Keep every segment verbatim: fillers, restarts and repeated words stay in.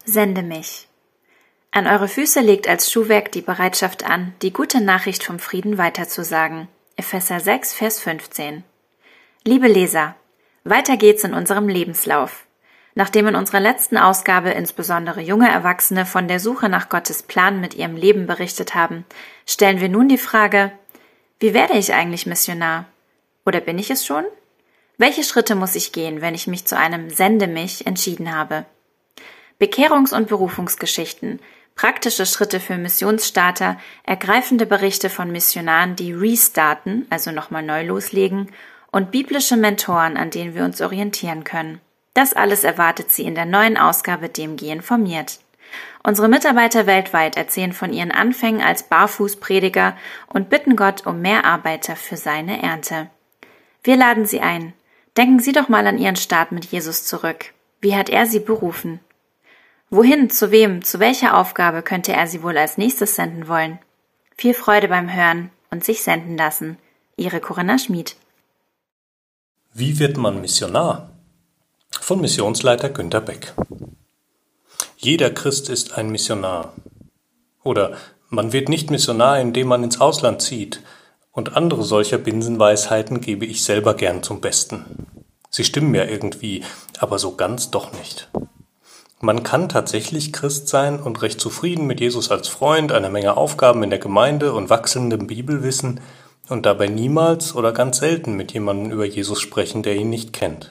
Sende mich. An eure Füße legt als Schuhwerk die Bereitschaft an, die gute Nachricht vom Frieden weiterzusagen. Epheser sechs, Vers fünfzehn. Liebe Leser, weiter geht's in unserem Lebenslauf. Nachdem in unserer letzten Ausgabe insbesondere junge Erwachsene von der Suche nach Gottes Plan mit ihrem Leben berichtet haben, stellen wir nun die Frage, wie werde ich eigentlich Missionar? Oder bin ich es schon? Welche Schritte muss ich gehen, wenn ich mich zu einem Sende mich entschieden habe? Bekehrungs- und Berufungsgeschichten, praktische Schritte für Missionsstarter, ergreifende Berichte von Missionaren, die restarten, also nochmal neu loslegen, und biblische Mentoren, an denen wir uns orientieren können. Das alles erwartet Sie in der neuen Ausgabe D M G informiert. Unsere Mitarbeiter weltweit erzählen von ihren Anfängen als Barfußprediger und bitten Gott um mehr Arbeiter für seine Ernte. Wir laden Sie ein. Denken Sie doch mal an Ihren Start mit Jesus zurück. Wie hat er Sie berufen? Wohin, zu wem, zu welcher Aufgabe könnte er Sie wohl als nächstes senden wollen? Viel Freude beim Hören und sich senden lassen. Ihre Corinna Schmid. Wie wird man Missionar? Von Missionsleiter Günter Beck. Jeder Christ ist ein Missionar. Oder man wird nicht Missionar, indem man ins Ausland zieht. Und andere solcher Binsenweisheiten gebe ich selber gern zum Besten. Sie stimmen ja irgendwie, aber so ganz doch nicht. Man kann tatsächlich Christ sein und recht zufrieden mit Jesus als Freund, einer Menge Aufgaben in der Gemeinde und wachsendem Bibelwissen und dabei niemals oder ganz selten mit jemandem über Jesus sprechen, der ihn nicht kennt.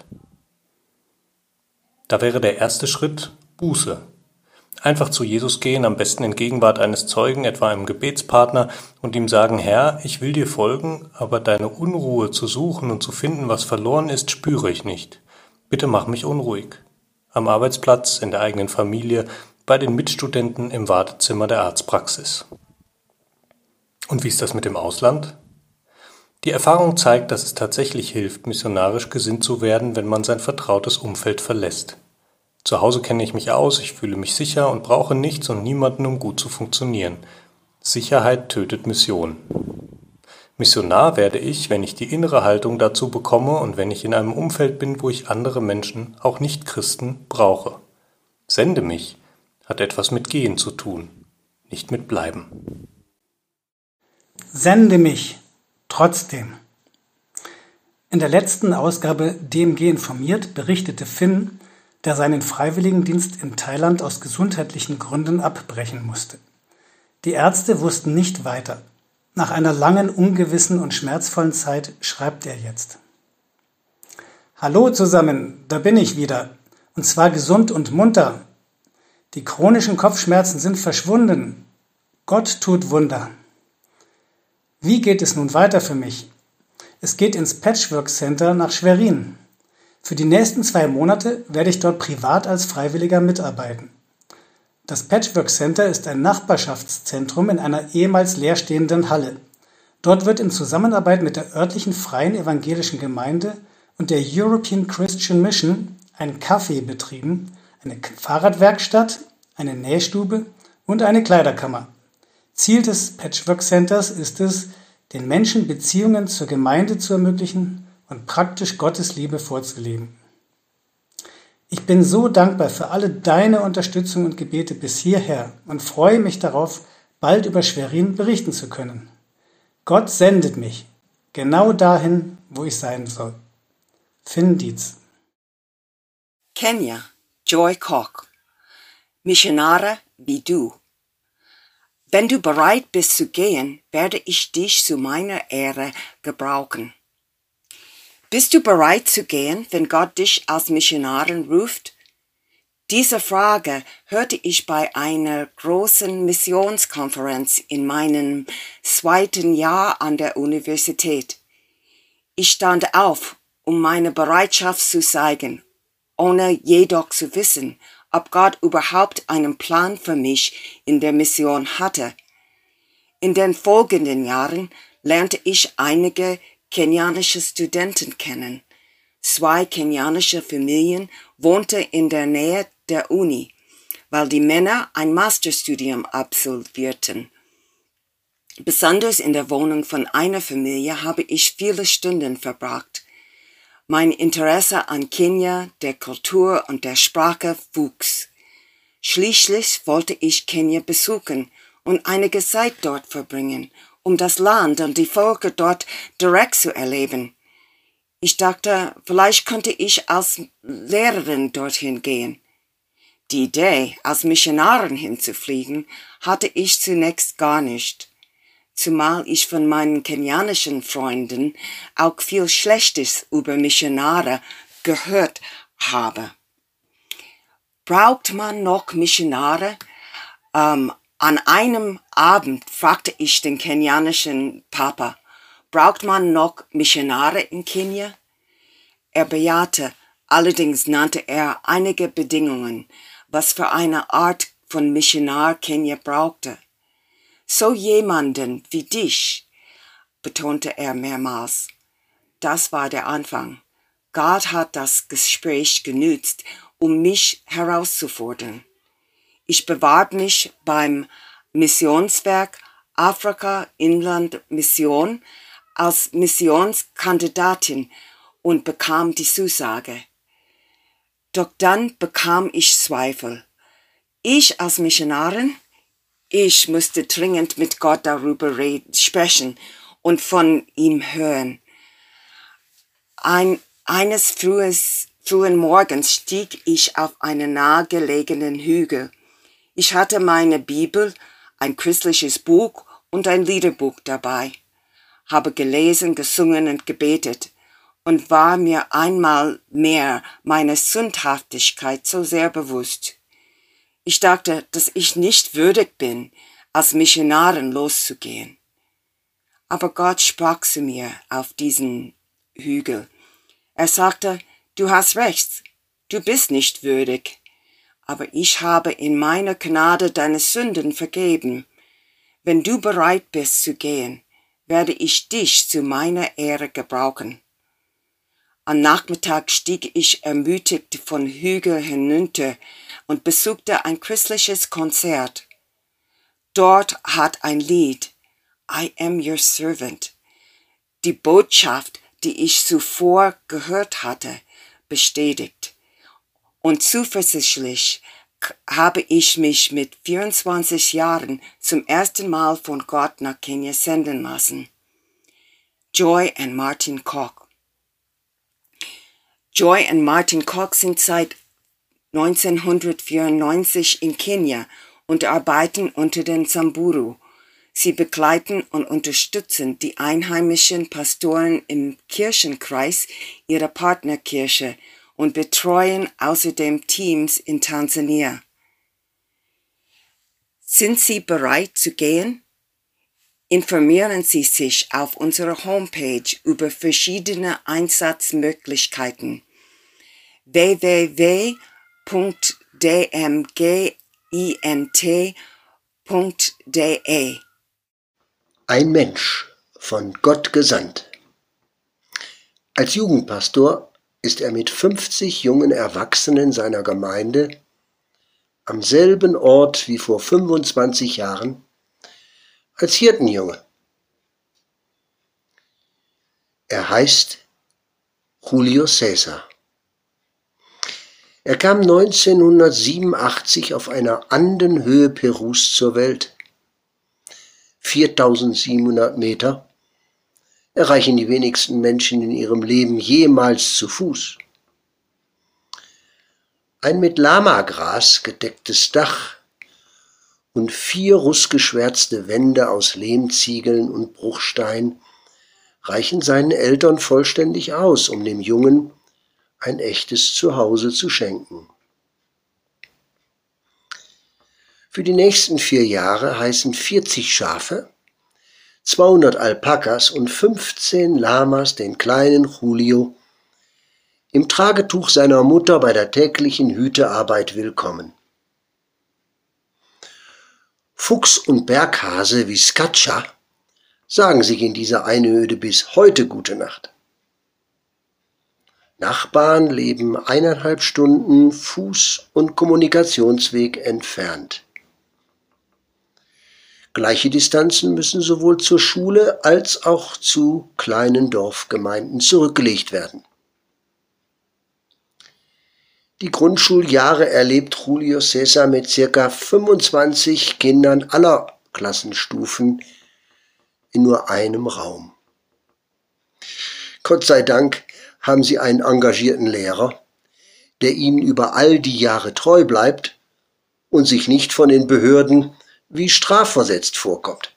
Da wäre der erste Schritt Buße. Einfach zu Jesus gehen, am besten in Gegenwart eines Zeugen, etwa einem Gebetspartner, und ihm sagen, Herr, ich will dir folgen, aber deine Unruhe zu suchen und zu finden, was verloren ist, spüre ich nicht. Bitte mach mich unruhig. Am Arbeitsplatz, in der eigenen Familie, bei den Mitstudenten, im Wartezimmer der Arztpraxis. Und wie ist das mit dem Ausland? Die Erfahrung zeigt, dass es tatsächlich hilft, missionarisch gesinnt zu werden, wenn man sein vertrautes Umfeld verlässt. Zu Hause kenne ich mich aus, ich fühle mich sicher und brauche nichts und niemanden, um gut zu funktionieren. Sicherheit tötet Mission. Missionar werde ich, wenn ich die innere Haltung dazu bekomme und wenn ich in einem Umfeld bin, wo ich andere Menschen, auch Nicht-Christen, brauche. Sende mich hat etwas mit Gehen zu tun, nicht mit Bleiben. Sende mich trotzdem. In der letzten Ausgabe D M G informiert berichtete Finn, der seinen Freiwilligendienst in Thailand aus gesundheitlichen Gründen abbrechen musste. Die Ärzte wussten nicht weiter. Nach einer langen, ungewissen und schmerzvollen Zeit schreibt er jetzt. Hallo zusammen, da bin ich wieder. Und zwar gesund und munter. Die chronischen Kopfschmerzen sind verschwunden. Gott tut Wunder. Wie geht es nun weiter für mich? Es geht ins Patchwork Center nach Schwerin. Für die nächsten zwei Monate werde ich dort privat als Freiwilliger mitarbeiten. Das Patchwork Center ist ein Nachbarschaftszentrum in einer ehemals leerstehenden Halle. Dort wird in Zusammenarbeit mit der örtlichen Freien Evangelischen Gemeinde und der European Christian Mission ein Café betrieben, eine Fahrradwerkstatt, eine Nähstube und eine Kleiderkammer. Ziel des Patchwork Centers ist es, den Menschen Beziehungen zur Gemeinde zu ermöglichen und praktisch Gottes Liebe vorzuleben. Ich bin so dankbar für alle deine Unterstützung und Gebete bis hierher und freue mich darauf, bald über Schwerin berichten zu können. Gott sendet mich, genau dahin, wo ich sein soll. Finn Dietz. Kenia, Joy Koch. Missionare wie du. Wenn du bereit bist zu gehen, werde ich dich zu meiner Ehre gebrauchen. Bist du bereit zu gehen, wenn Gott dich als Missionarin ruft? Diese Frage hörte ich bei einer großen Missionskonferenz in meinem zweiten Jahr an der Universität. Ich stand auf, um meine Bereitschaft zu zeigen, ohne jedoch zu wissen, ob Gott überhaupt einen Plan für mich in der Mission hatte. In den folgenden Jahren lernte ich einige kenianische Studenten kennen. Zwei kenianische Familien wohnten in der Nähe der Uni, weil die Männer ein Masterstudium absolvierten. Besonders in der Wohnung von einer Familie habe ich viele Stunden verbracht. Mein Interesse an Kenia, der Kultur und der Sprache wuchs. Schließlich wollte ich Kenia besuchen und einige Zeit dort verbringen, um das Land und die Völker dort direkt zu erleben. Ich dachte, vielleicht könnte ich als Lehrerin dorthin gehen. Die Idee, als Missionarin hinzufliegen, hatte ich zunächst gar nicht, zumal ich von meinen kenianischen Freunden auch viel Schlechtes über Missionare gehört habe. Braucht man noch Missionare? Ähm, an einem Abend fragte ich den kenianischen Papa, braucht man noch Missionare in Kenia? Er bejahte, allerdings nannte er einige Bedingungen, was für eine Art von Missionar Kenia brauchte. So jemanden wie dich, betonte er mehrmals. Das war der Anfang. Gott hat das Gespräch genützt, um mich herauszufordern. Ich bewarb mich beim Missionswerk Afrika Inland Mission als Missionskandidatin und bekam die Zusage. Doch dann bekam ich Zweifel. Ich als Missionarin? Ich musste dringend mit Gott darüber reden, sprechen und von ihm hören. Ein, eines frühes, frühen Morgens stieg ich auf einen nahegelegenen Hügel. Ich hatte meine Bibel, ein christliches Buch und ein Liederbuch dabei, habe gelesen, gesungen und gebetet und war mir einmal mehr meiner Sündhaftigkeit so sehr bewusst. Ich dachte, dass ich nicht würdig bin, als Missionarin loszugehen. Aber Gott sprach zu mir auf diesen Hügel. Er sagte, du hast recht, du bist nicht würdig, aber ich habe in meiner Gnade deine Sünden vergeben. Wenn du bereit bist zu gehen, werde ich dich zu meiner Ehre gebrauchen. Am Nachmittag stieg ich ermutigt von Hügel hinunter und besuchte ein christliches Konzert. Dort hat ein Lied, I am your servant, die Botschaft, die ich zuvor gehört hatte, bestätigt. Und zuversichtlich habe ich mich mit vierundzwanzig Jahren zum ersten Mal von Gott nach Kenia senden lassen. Joy und Martin Koch. Joy und Martin Koch sind seit neunzehnhundertvierundneunzig in Kenia und arbeiten unter den Samburu. Sie begleiten und unterstützen die einheimischen Pastoren im Kirchenkreis ihrer Partnerkirche und betreuen außerdem Teams in Tansania. Sind Sie bereit zu gehen? Informieren Sie sich auf unserer Homepage über verschiedene Einsatzmöglichkeiten w w w punkt d m g i n t punkt d e. Ein Mensch, von Gott gesandt. Als Jugendpastor ist er mit fünfzig jungen Erwachsenen seiner Gemeinde am selben Ort wie vor fünfundzwanzig Jahren als Hirtenjunge. Er heißt Julio César. Er kam neunzehnhundertsiebenundachtzig auf einer Andenhöhe Perus zur Welt. viertausendsiebenhundert Meter erreichen die wenigsten Menschen in ihrem Leben jemals zu Fuß. Ein mit Lamagras gedecktes Dach und vier rußgeschwärzte Wände aus Lehmziegeln und Bruchstein reichen seinen Eltern vollständig aus, um dem Jungen ein echtes Zuhause zu schenken. Für die nächsten vier Jahre heißen vierzig Schafe, zweihundert Alpakas und fünfzehn Lamas den kleinen Julio im Tragetuch seiner Mutter bei der täglichen Hütearbeit willkommen. Fuchs und Berghase wie Skatscha sagen sich in dieser Einöde bis heute gute Nacht. Nachbarn leben eineinhalb Stunden Fuß- und Kommunikationsweg entfernt. Gleiche Distanzen müssen sowohl zur Schule als auch zu kleinen Dorfgemeinden zurückgelegt werden. Die Grundschuljahre erlebt Julio César mit circa fünfundzwanzig Kindern aller Klassenstufen in nur einem Raum. Gott sei Dank haben sie einen engagierten Lehrer, der ihnen über all die Jahre treu bleibt und sich nicht von den Behörden wie strafversetzt vorkommt.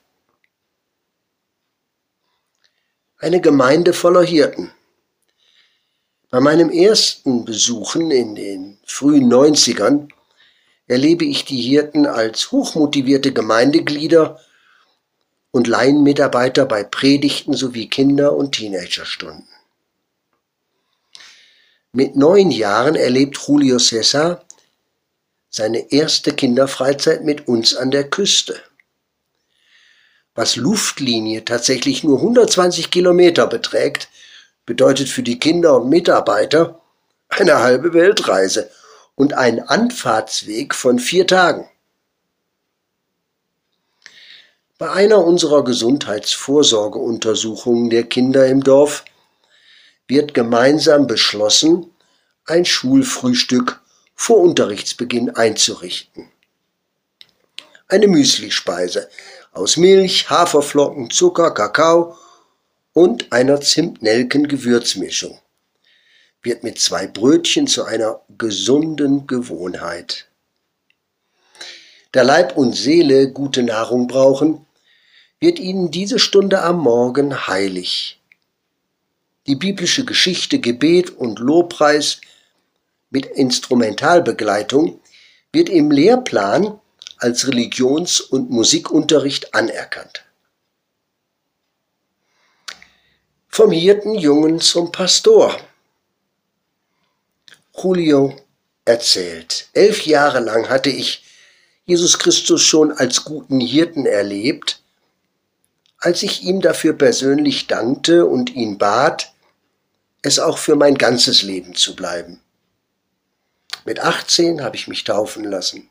Eine Gemeinde voller Hirten. Bei meinem ersten Besuchen in den frühen neunzigern erlebe ich die Hirten als hochmotivierte Gemeindeglieder und Laienmitarbeiter bei Predigten sowie Kinder- und Teenagerstunden. Mit neun Jahren erlebt Julio César seine erste Kinderfreizeit mit uns an der Küste. Was Luftlinie tatsächlich nur hundertzwanzig Kilometer beträgt, bedeutet für die Kinder und Mitarbeiter eine halbe Weltreise und einen Anfahrtsweg von vier Tagen. Bei einer unserer Gesundheitsvorsorgeuntersuchungen der Kinder im Dorf wird gemeinsam beschlossen, ein Schulfrühstück vor Unterrichtsbeginn einzurichten. Eine Müslispeise aus Milch, Haferflocken, Zucker, Kakao und einer Zimt-Nelken-Gewürzmischung wird mit zwei Brötchen zu einer gesunden Gewohnheit. Da Leib und Seele gute Nahrung brauchen, wird ihnen diese Stunde am Morgen heilig. Die biblische Geschichte, Gebet und Lobpreis mit Instrumentalbegleitung wird im Lehrplan als Religions- und Musikunterricht anerkannt. Vom Hirtenjungen zum Pastor. Julio erzählt, elf Jahre lang hatte ich Jesus Christus schon als guten Hirten erlebt, als ich ihm dafür persönlich dankte und ihn bat, es auch für mein ganzes Leben zu bleiben. Mit achtzehn habe ich mich taufen lassen.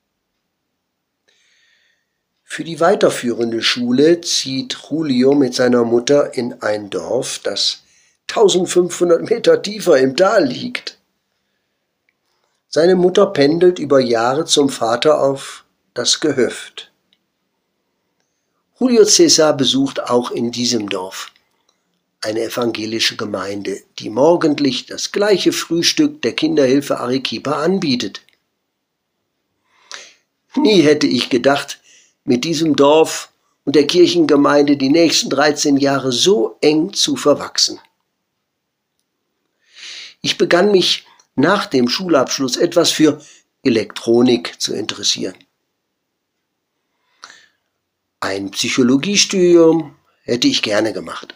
Für die weiterführende Schule zieht Julio mit seiner Mutter in ein Dorf, das eintausendfünfhundert Meter tiefer im Tal liegt. Seine Mutter pendelt über Jahre zum Vater auf das Gehöft. Julio César besucht auch in diesem Dorf eine evangelische Gemeinde, die morgendlich das gleiche Frühstück der Kinderhilfe Arequipa anbietet. Nie hätte ich gedacht, mit diesem Dorf und der Kirchengemeinde die nächsten dreizehn Jahre so eng zu verwachsen. Ich begann mich nach dem Schulabschluss etwas für Elektronik zu interessieren. Ein Psychologiestudium hätte ich gerne gemacht.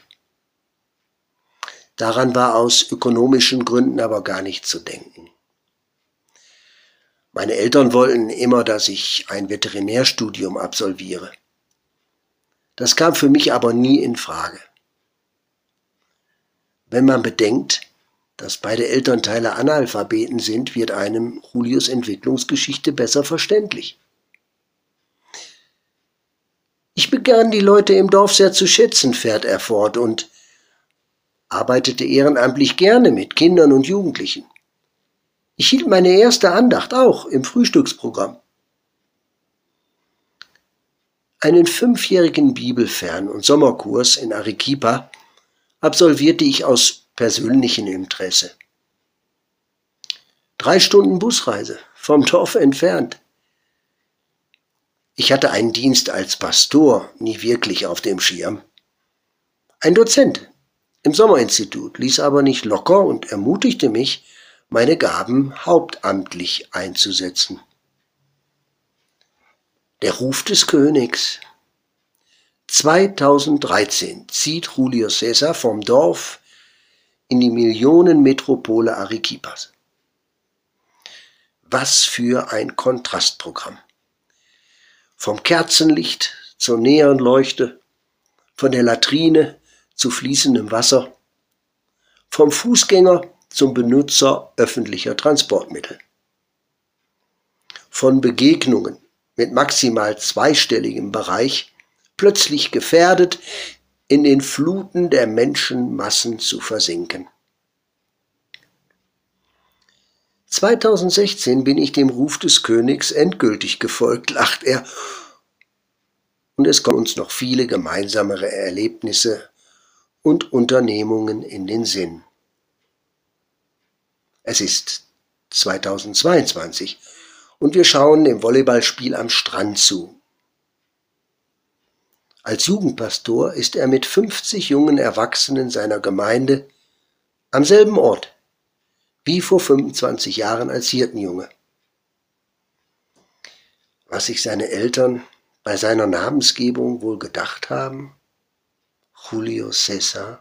Daran war aus ökonomischen Gründen aber gar nicht zu denken. Meine Eltern wollten immer, dass ich ein Veterinärstudium absolviere. Das kam für mich aber nie in Frage. Wenn man bedenkt, dass beide Elternteile Analphabeten sind, wird einem Julios Entwicklungsgeschichte besser verständlich. Ich begann die Leute im Dorf sehr zu schätzen, fährt er fort, und arbeitete ehrenamtlich gerne mit Kindern und Jugendlichen. Ich hielt meine erste Andacht auch im Frühstücksprogramm. Einen fünfjährigen Bibelfern- und Sommerkurs in Arequipa absolvierte ich aus persönlichem Interesse. Drei Stunden Busreise vom Dorf entfernt. Ich hatte einen Dienst als Pastor nie wirklich auf dem Schirm. Ein Dozent im Sommerinstitut ließ aber nicht locker und ermutigte mich, meine Gaben hauptamtlich einzusetzen. Der Ruf des Königs. zweitausenddreizehn zieht Julio César vom Dorf in die Millionenmetropole Arequipas. Was für ein Kontrastprogramm. Vom Kerzenlicht zur Neonleuchte, von der Latrine zu fließendem Wasser, vom Fußgänger zum Benutzer öffentlicher Transportmittel. Von Begegnungen mit maximal zweistelligem Bereich plötzlich gefährdet, in den Fluten der Menschenmassen zu versinken. zweitausendsechzehn bin ich dem Ruf des Königs endgültig gefolgt, lacht er. Und es kommen uns noch viele gemeinsamere Erlebnisse und Unternehmungen in den Sinn. Es ist zweitausendzweiundzwanzig und wir schauen dem Volleyballspiel am Strand zu. Als Jugendpastor ist er mit fünfzig jungen Erwachsenen seiner Gemeinde am selben Ort wie vor fünfundzwanzig Jahren als Hirtenjunge. Was sich seine Eltern bei seiner Namensgebung wohl gedacht haben? Julio César.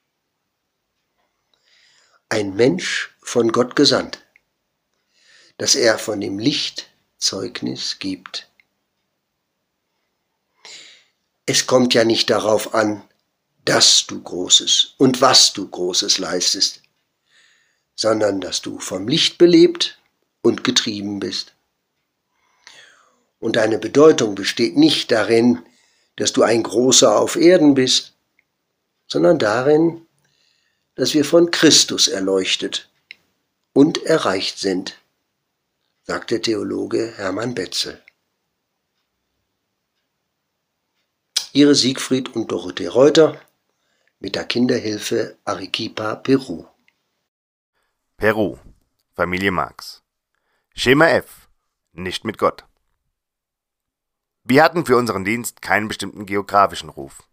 Ein Mensch von Gott gesandt, dass er von dem Licht Zeugnis gibt. Es kommt ja nicht darauf an, dass du Großes und was du Großes leistest, sondern dass du vom Licht belebt und getrieben bist. Und deine Bedeutung besteht nicht darin, dass du ein Großer auf Erden bist, sondern darin, dass wir von Christus erleuchtet und erreicht sind, sagt der Theologe Hermann Betzel. Ihre Siegfried und Dorothee Reuter mit der Kinderhilfe Arequipa, Peru. Peru, Familie Marx. Schema F, nicht mit Gott. Wir hatten für unseren Dienst keinen bestimmten geografischen Ruf.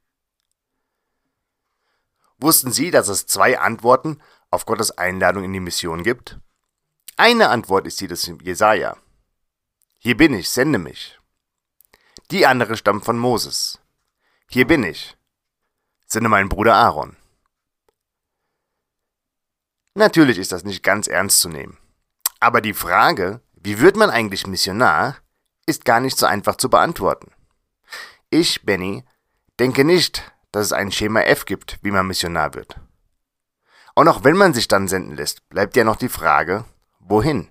Wussten Sie, dass es zwei Antworten auf Gottes Einladung in die Mission gibt? Eine Antwort ist die des Jesaja. Hier bin ich, sende mich. Die andere stammt von Moses. Hier bin ich, sende meinen Bruder Aaron. Natürlich ist das nicht ganz ernst zu nehmen. Aber die Frage, wie wird man eigentlich Missionar, ist gar nicht so einfach zu beantworten. Ich, Benny, denke nicht, dass es ein Schema F gibt, wie man Missionar wird. Und auch wenn man sich dann senden lässt, bleibt ja noch die Frage, wohin?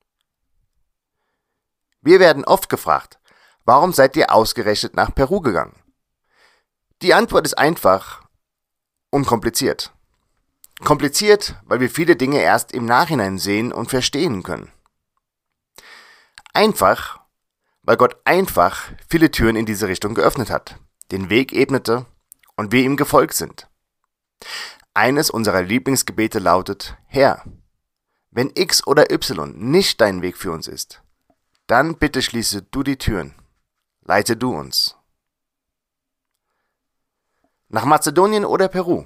Wir werden oft gefragt, warum seid ihr ausgerechnet nach Peru gegangen? Die Antwort ist einfach und kompliziert. Kompliziert, weil wir viele Dinge erst im Nachhinein sehen und verstehen können. Einfach, weil Gott einfach viele Türen in diese Richtung geöffnet hat, den Weg ebnete und wir ihm gefolgt sind. Eines unserer Lieblingsgebete lautet: Herr, wenn X oder Y nicht dein Weg für uns ist, dann bitte schließe du die Türen, leite du uns. Nach Mazedonien oder Peru?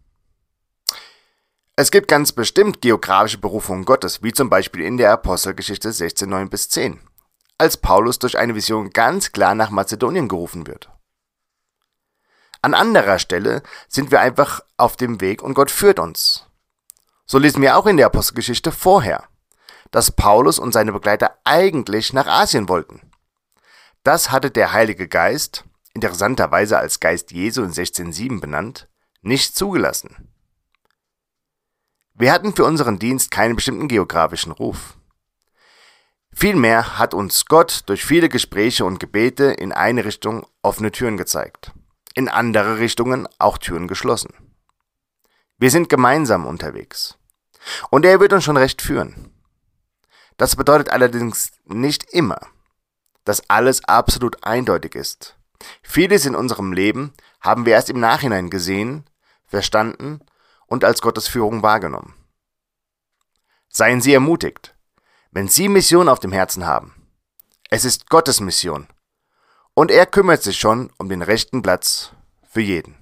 Es gibt ganz bestimmt geografische Berufungen Gottes, wie zum Beispiel in der Apostelgeschichte sechzehn, neun bis zehn, als Paulus durch eine Vision ganz klar nach Mazedonien gerufen wird. An anderer Stelle sind wir einfach auf dem Weg und Gott führt uns. So lesen wir auch in der Apostelgeschichte vorher, dass Paulus und seine Begleiter eigentlich nach Asien wollten. Das hatte der Heilige Geist, interessanterweise als Geist Jesu in sechzehn sieben benannt, nicht zugelassen. Wir hatten für unseren Dienst keinen bestimmten geografischen Ruf. Vielmehr hat uns Gott durch viele Gespräche und Gebete in eine Richtung offene Türen gezeigt, in andere Richtungen auch Türen geschlossen. Wir sind gemeinsam unterwegs und er wird uns schon recht führen. Das bedeutet allerdings nicht immer, dass alles absolut eindeutig ist. Vieles in unserem Leben haben wir erst im Nachhinein gesehen, verstanden und als Gottes Führung wahrgenommen. Seien Sie ermutigt, wenn Sie Mission auf dem Herzen haben. Es ist Gottes Mission und er kümmert sich schon um den rechten Platz für jeden.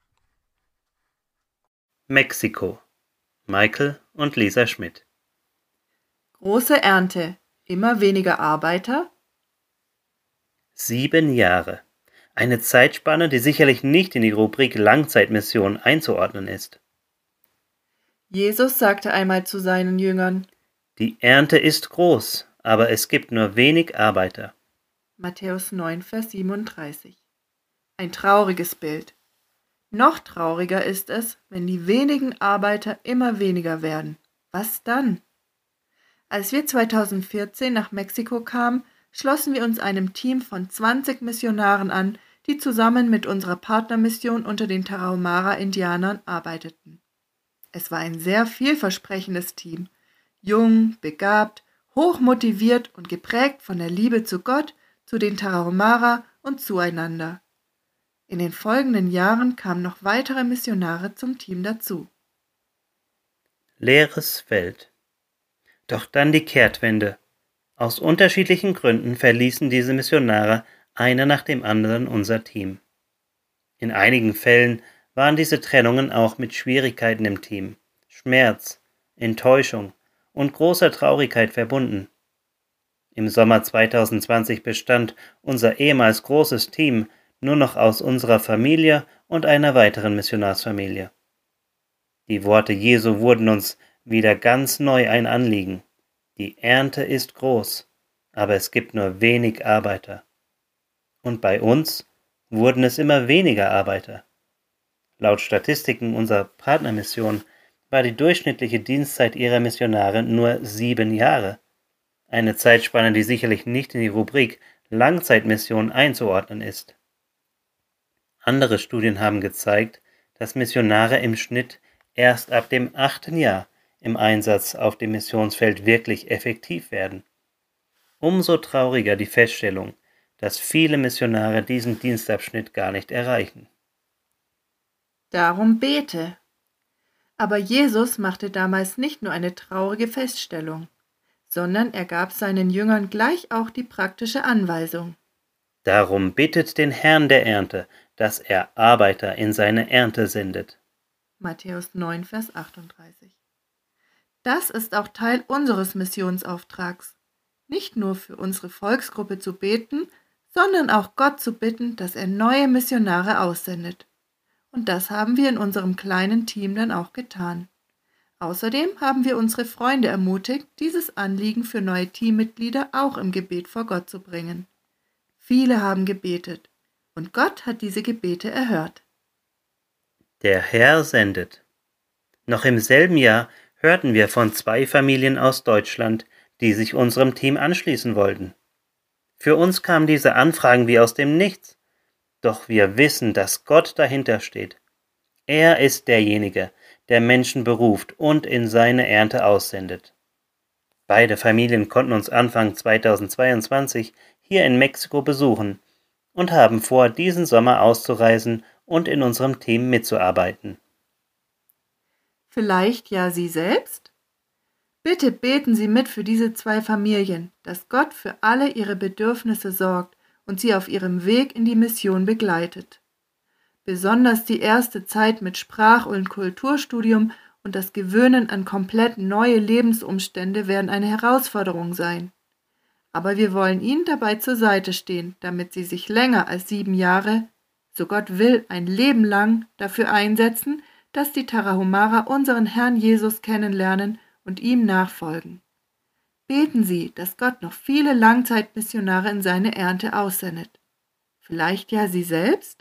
Mexiko. Michael und Lisa Schmidt. Große Ernte, immer weniger Arbeiter? Sieben Jahre. Eine Zeitspanne, die sicherlich nicht in die Rubrik Langzeitmission einzuordnen ist. Jesus sagte einmal zu seinen Jüngern: Die Ernte ist groß, aber es gibt nur wenig Arbeiter. Matthäus neun, Vers siebenunddreißig. Ein trauriges Bild. Noch trauriger ist es, wenn die wenigen Arbeiter immer weniger werden. Was dann? Als wir zweitausendvierzehn nach Mexiko kamen, schlossen wir uns einem Team von zwanzig Missionaren an, die zusammen mit unserer Partnermission unter den Tarahumara-Indianern arbeiteten. Es war ein sehr vielversprechendes Team. Jung, begabt, hochmotiviert und geprägt von der Liebe zu Gott, zu den Tarahumara und zueinander. In den folgenden Jahren kamen noch weitere Missionare zum Team dazu. Leeres Feld. Doch dann die Kehrtwende. Aus unterschiedlichen Gründen verließen diese Missionare einer nach dem anderen unser Team. In einigen Fällen waren diese Trennungen auch mit Schwierigkeiten im Team, Schmerz, Enttäuschung und großer Traurigkeit verbunden. Im Sommer zweitausendzwanzig bestand unser ehemals großes Team nur noch aus unserer Familie und einer weiteren Missionarsfamilie. Die Worte Jesu wurden uns wieder ganz neu ein Anliegen. Die Ernte ist groß, aber es gibt nur wenig Arbeiter. Und bei uns wurden es immer weniger Arbeiter. Laut Statistiken unserer Partnermission war die durchschnittliche Dienstzeit ihrer Missionare nur sieben Jahre. Eine Zeitspanne, die sicherlich nicht in die Rubrik Langzeitmission einzuordnen ist. Andere Studien haben gezeigt, dass Missionare im Schnitt erst ab dem achten Jahr im Einsatz auf dem Missionsfeld wirklich effektiv werden. Umso trauriger die Feststellung, dass viele Missionare diesen Dienstabschnitt gar nicht erreichen. Darum bete. Aber Jesus machte damals nicht nur eine traurige Feststellung, sondern er gab seinen Jüngern gleich auch die praktische Anweisung. Darum bittet den Herrn der Ernte, dass er Arbeiter in seine Ernte sendet. Matthäus neun, Vers achtunddreißig. Das ist auch Teil unseres Missionsauftrags. Nicht nur für unsere Volksgruppe zu beten, sondern auch Gott zu bitten, dass er neue Missionare aussendet. Und das haben wir in unserem kleinen Team dann auch getan. Außerdem haben wir unsere Freunde ermutigt, dieses Anliegen für neue Teammitglieder auch im Gebet vor Gott zu bringen. Viele haben gebetet und Gott hat diese Gebete erhört. Der Herr sendet. Noch im selben Jahr hörten wir von zwei Familien aus Deutschland, die sich unserem Team anschließen wollten. Für uns kamen diese Anfragen wie aus dem Nichts, doch wir wissen, dass Gott dahinter steht. Er ist derjenige, der Menschen beruft und in seine Ernte aussendet. Beide Familien konnten uns Anfang zweitausendzweiundzwanzig hier in Mexiko besuchen und haben vor, diesen Sommer auszureisen und in unserem Team mitzuarbeiten. Vielleicht ja Sie selbst? Bitte beten Sie mit für diese zwei Familien, dass Gott für alle ihre Bedürfnisse sorgt und sie auf ihrem Weg in die Mission begleitet. Besonders die erste Zeit mit Sprach- und Kulturstudium und das Gewöhnen an komplett neue Lebensumstände werden eine Herausforderung sein. Aber wir wollen Ihnen dabei zur Seite stehen, damit Sie sich länger als sieben Jahre, so Gott will, ein Leben lang dafür einsetzen, dass die Tarahumara unseren Herrn Jesus kennenlernen und ihm nachfolgen. Beten Sie, dass Gott noch viele Langzeitmissionare in seine Ernte aussendet. Vielleicht ja Sie selbst?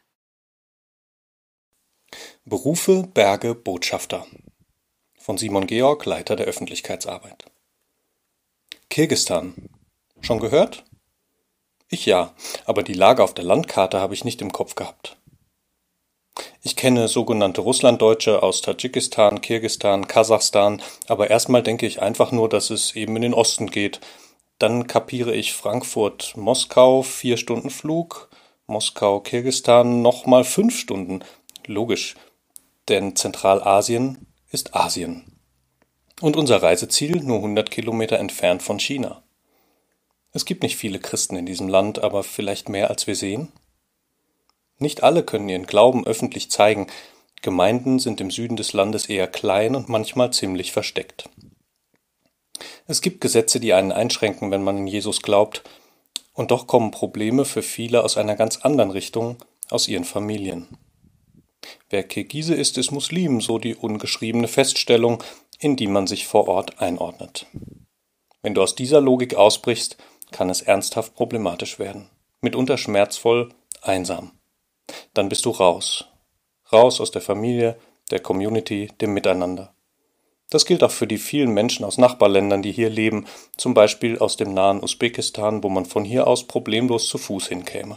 Berufe, Berge, Botschafter. Von Simon Georg, Leiter der Öffentlichkeitsarbeit. Kirgisistan. Schon gehört? Ich ja, aber die Lage auf der Landkarte habe ich nicht im Kopf gehabt. Ich kenne sogenannte Russlanddeutsche aus Tadschikistan, Kirgisistan, Kasachstan, aber erstmal denke ich einfach nur, dass es eben in den Osten geht. Dann kapiere ich Frankfurt, Moskau, vier Stunden Flug, Moskau, Kirgisistan, nochmal fünf Stunden. Logisch, denn Zentralasien ist Asien. Und unser Reiseziel nur hundert Kilometer entfernt von China. Es gibt nicht viele Christen in diesem Land, aber vielleicht mehr als wir sehen. Nicht alle können ihren Glauben öffentlich zeigen. Gemeinden sind im Süden des Landes eher klein und manchmal ziemlich versteckt. Es gibt Gesetze, die einen einschränken, wenn man in Jesus glaubt. Und doch kommen Probleme für viele aus einer ganz anderen Richtung, aus ihren Familien. Wer Kirgise ist, ist Muslim, so die ungeschriebene Feststellung, in die man sich vor Ort einordnet. Wenn du aus dieser Logik ausbrichst, kann es ernsthaft problematisch werden. Mitunter schmerzvoll, einsam. Dann bist du raus. Raus aus der Familie, der Community, dem Miteinander. Das gilt auch für die vielen Menschen aus Nachbarländern, die hier leben, zum Beispiel aus dem nahen Usbekistan, wo man von hier aus problemlos zu Fuß hinkäme.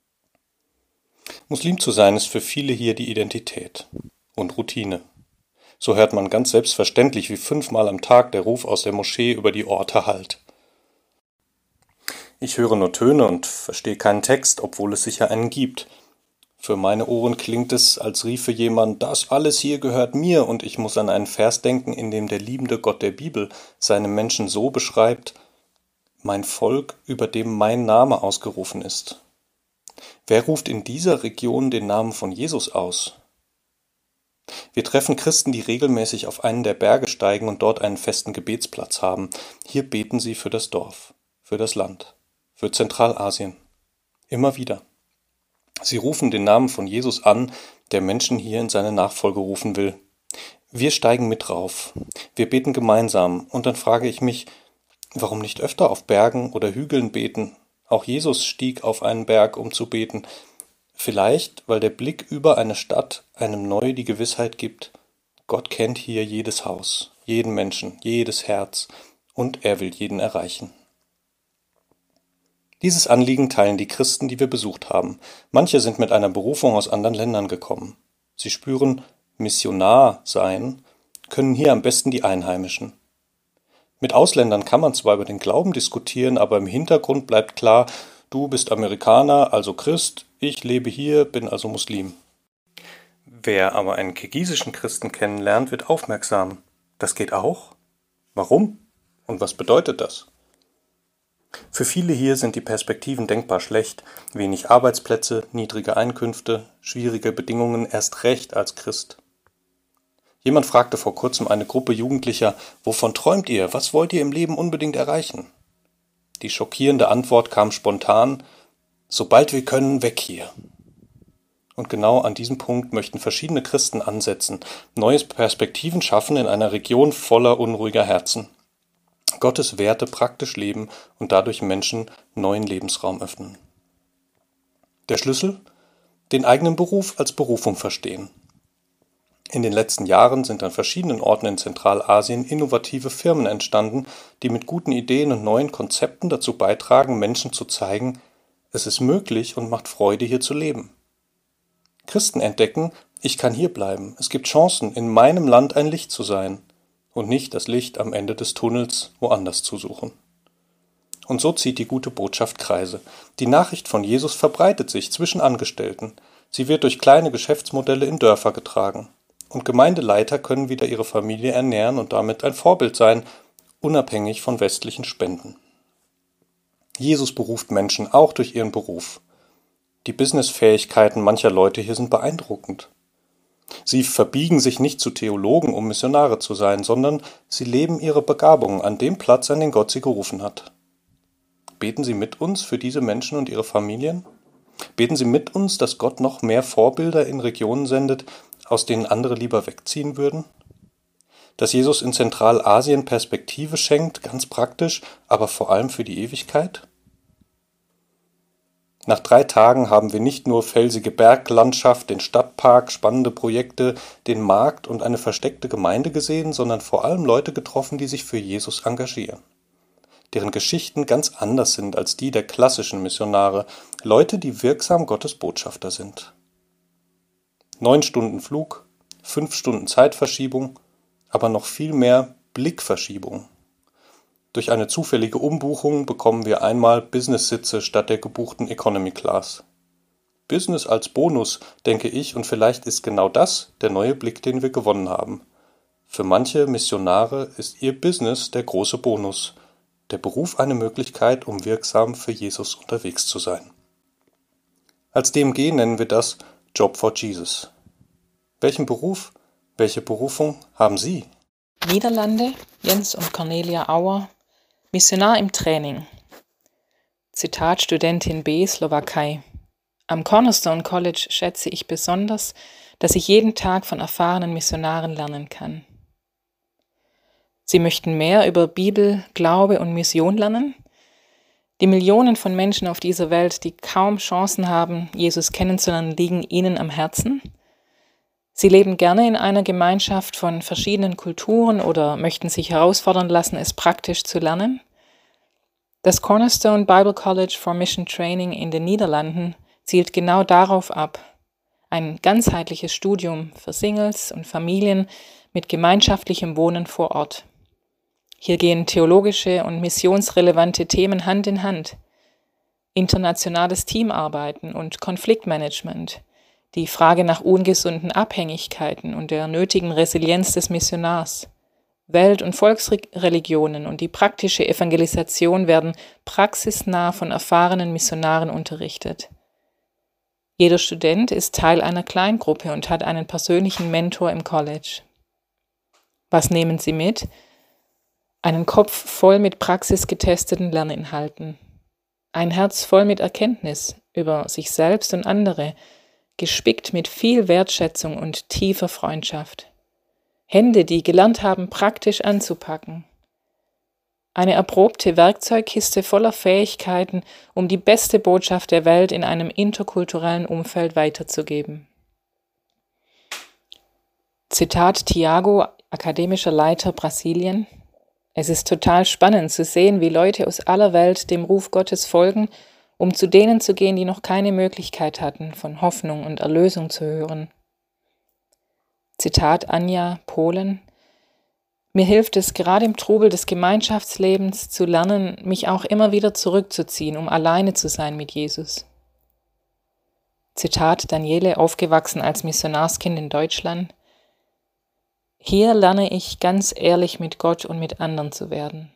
Muslim zu sein ist für viele hier die Identität und Routine. So hört man ganz selbstverständlich, wie fünfmal am Tag der Ruf aus der Moschee über die Orte hallt. Ich höre nur Töne und verstehe keinen Text, obwohl es sicher einen gibt. Für meine Ohren klingt es, als riefe jemand, das alles hier gehört mir, und ich muss an einen Vers denken, in dem der liebende Gott der Bibel seine Menschen so beschreibt: Mein Volk, über dem mein Name ausgerufen ist. Wer ruft in dieser Region den Namen von Jesus aus? Wir treffen Christen, die regelmäßig auf einen der Berge steigen und dort einen festen Gebetsplatz haben. Hier beten sie für das Dorf, für das Land, für Zentralasien. Immer wieder. Sie rufen den Namen von Jesus an, der Menschen hier in seine Nachfolge rufen will. Wir steigen mit rauf. Wir beten gemeinsam. Und dann frage ich mich, warum nicht öfter auf Bergen oder Hügeln beten? Auch Jesus stieg auf einen Berg, um zu beten. Vielleicht, weil der Blick über eine Stadt einem neu die Gewissheit gibt, Gott kennt hier jedes Haus, jeden Menschen, jedes Herz, und er will jeden erreichen. Dieses Anliegen teilen die Christen, die wir besucht haben. Manche sind mit einer Berufung aus anderen Ländern gekommen. Sie spüren, Missionar sein können hier am besten die Einheimischen. Mit Ausländern kann man zwar über den Glauben diskutieren, aber im Hintergrund bleibt klar, du bist Amerikaner, also Christ, ich lebe hier, bin also Muslim. Wer aber einen kirgisischen Christen kennenlernt, wird aufmerksam. Das geht auch? Warum? Und was bedeutet das? Für viele hier sind die Perspektiven denkbar schlecht, wenig Arbeitsplätze, niedrige Einkünfte, schwierige Bedingungen, erst recht als Christ. Jemand fragte vor kurzem eine Gruppe Jugendlicher, wovon träumt ihr, was wollt ihr im Leben unbedingt erreichen? Die schockierende Antwort kam spontan, sobald wir können, weg hier. Und genau an diesem Punkt möchten verschiedene Christen ansetzen, neue Perspektiven schaffen in einer Region voller unruhiger Herzen. Gottes Werte praktisch leben und dadurch Menschen neuen Lebensraum öffnen. Der Schlüssel? Den eigenen Beruf als Berufung verstehen. In den letzten Jahren sind an verschiedenen Orten in Zentralasien innovative Firmen entstanden, die mit guten Ideen und neuen Konzepten dazu beitragen, Menschen zu zeigen, es ist möglich und macht Freude, hier zu leben. Christen entdecken, ich kann hier bleiben, es gibt Chancen, in meinem Land ein Licht zu sein. Und nicht das Licht am Ende des Tunnels woanders zu suchen. Und so zieht die gute Botschaft Kreise. Die Nachricht von Jesus verbreitet sich zwischen Angestellten. Sie wird durch kleine Geschäftsmodelle in Dörfer getragen. Und Gemeindeleiter können wieder ihre Familie ernähren und damit ein Vorbild sein, unabhängig von westlichen Spenden. Jesus beruft Menschen auch durch ihren Beruf. Die Businessfähigkeiten mancher Leute hier sind beeindruckend. Sie verbiegen sich nicht zu Theologen, um Missionare zu sein, sondern sie leben ihre Begabungen an dem Platz, an den Gott sie gerufen hat. Beten Sie mit uns für diese Menschen und ihre Familien? Beten Sie mit uns, dass Gott noch mehr Vorbilder in Regionen sendet, aus denen andere lieber wegziehen würden? Dass Jesus in Zentralasien Perspektive schenkt, ganz praktisch, aber vor allem für die Ewigkeit? Nach drei Tagen haben wir nicht nur felsige Berglandschaft, den Stadtpark, spannende Projekte, den Markt und eine versteckte Gemeinde gesehen, sondern vor allem Leute getroffen, die sich für Jesus engagieren. Deren Geschichten ganz anders sind als die der klassischen Missionare, Leute, die wirksam Gottes Botschafter sind. Neun Stunden Flug, fünf Stunden Zeitverschiebung, aber noch viel mehr Blickverschiebung. Durch eine zufällige Umbuchung bekommen wir einmal Business-Sitze statt der gebuchten Economy Class. Business als Bonus, denke ich, und vielleicht ist genau das der neue Blick, den wir gewonnen haben. Für manche Missionare ist ihr Business der große Bonus, der Beruf eine Möglichkeit, um wirksam für Jesus unterwegs zu sein. Als D M G nennen wir das Job for Jesus. Welchen Beruf, welche Berufung haben Sie? Niederlande, Jens und Cornelia Auer, Missionar im Training. Zitat Studentin B, Slowakei. Am Cornerstone College schätze ich besonders, dass ich jeden Tag von erfahrenen Missionaren lernen kann. Sie möchten mehr über Bibel, Glaube und Mission lernen? Die Millionen von Menschen auf dieser Welt, die kaum Chancen haben, Jesus kennenzulernen, liegen ihnen am Herzen? Sie leben gerne in einer Gemeinschaft von verschiedenen Kulturen oder möchten sich herausfordern lassen, es praktisch zu lernen? Das Cornerstone Bible College for Mission Training in den Niederlanden zielt genau darauf ab, ein ganzheitliches Studium für Singles und Familien mit gemeinschaftlichem Wohnen vor Ort. Hier gehen theologische und missionsrelevante Themen Hand in Hand. Internationales Teamarbeiten und Konfliktmanagement, die Frage nach ungesunden Abhängigkeiten und der nötigen Resilienz des Missionars, Welt- und Volksreligionen und die praktische Evangelisation werden praxisnah von erfahrenen Missionaren unterrichtet. Jeder Student ist Teil einer Kleingruppe und hat einen persönlichen Mentor im College. Was nehmen Sie mit? Einen Kopf voll mit praxisgetesteten Lerninhalten. Ein Herz voll mit Erkenntnis über sich selbst und andere, gespickt mit viel Wertschätzung und tiefer Freundschaft. Hände, die gelernt haben, praktisch anzupacken. Eine erprobte Werkzeugkiste voller Fähigkeiten, um die beste Botschaft der Welt in einem interkulturellen Umfeld weiterzugeben. Zitat Tiago, akademischer Leiter Brasilien. Es ist total spannend zu sehen, wie Leute aus aller Welt dem Ruf Gottes folgen, um zu denen zu gehen, die noch keine Möglichkeit hatten, von Hoffnung und Erlösung zu hören. Zitat Anja, Polen. Mir hilft es, gerade im Trubel des Gemeinschaftslebens zu lernen, mich auch immer wieder zurückzuziehen, um alleine zu sein mit Jesus. Zitat Daniele, aufgewachsen als Missionarskind in Deutschland. Hier lerne ich ganz ehrlich mit Gott und mit anderen zu werden.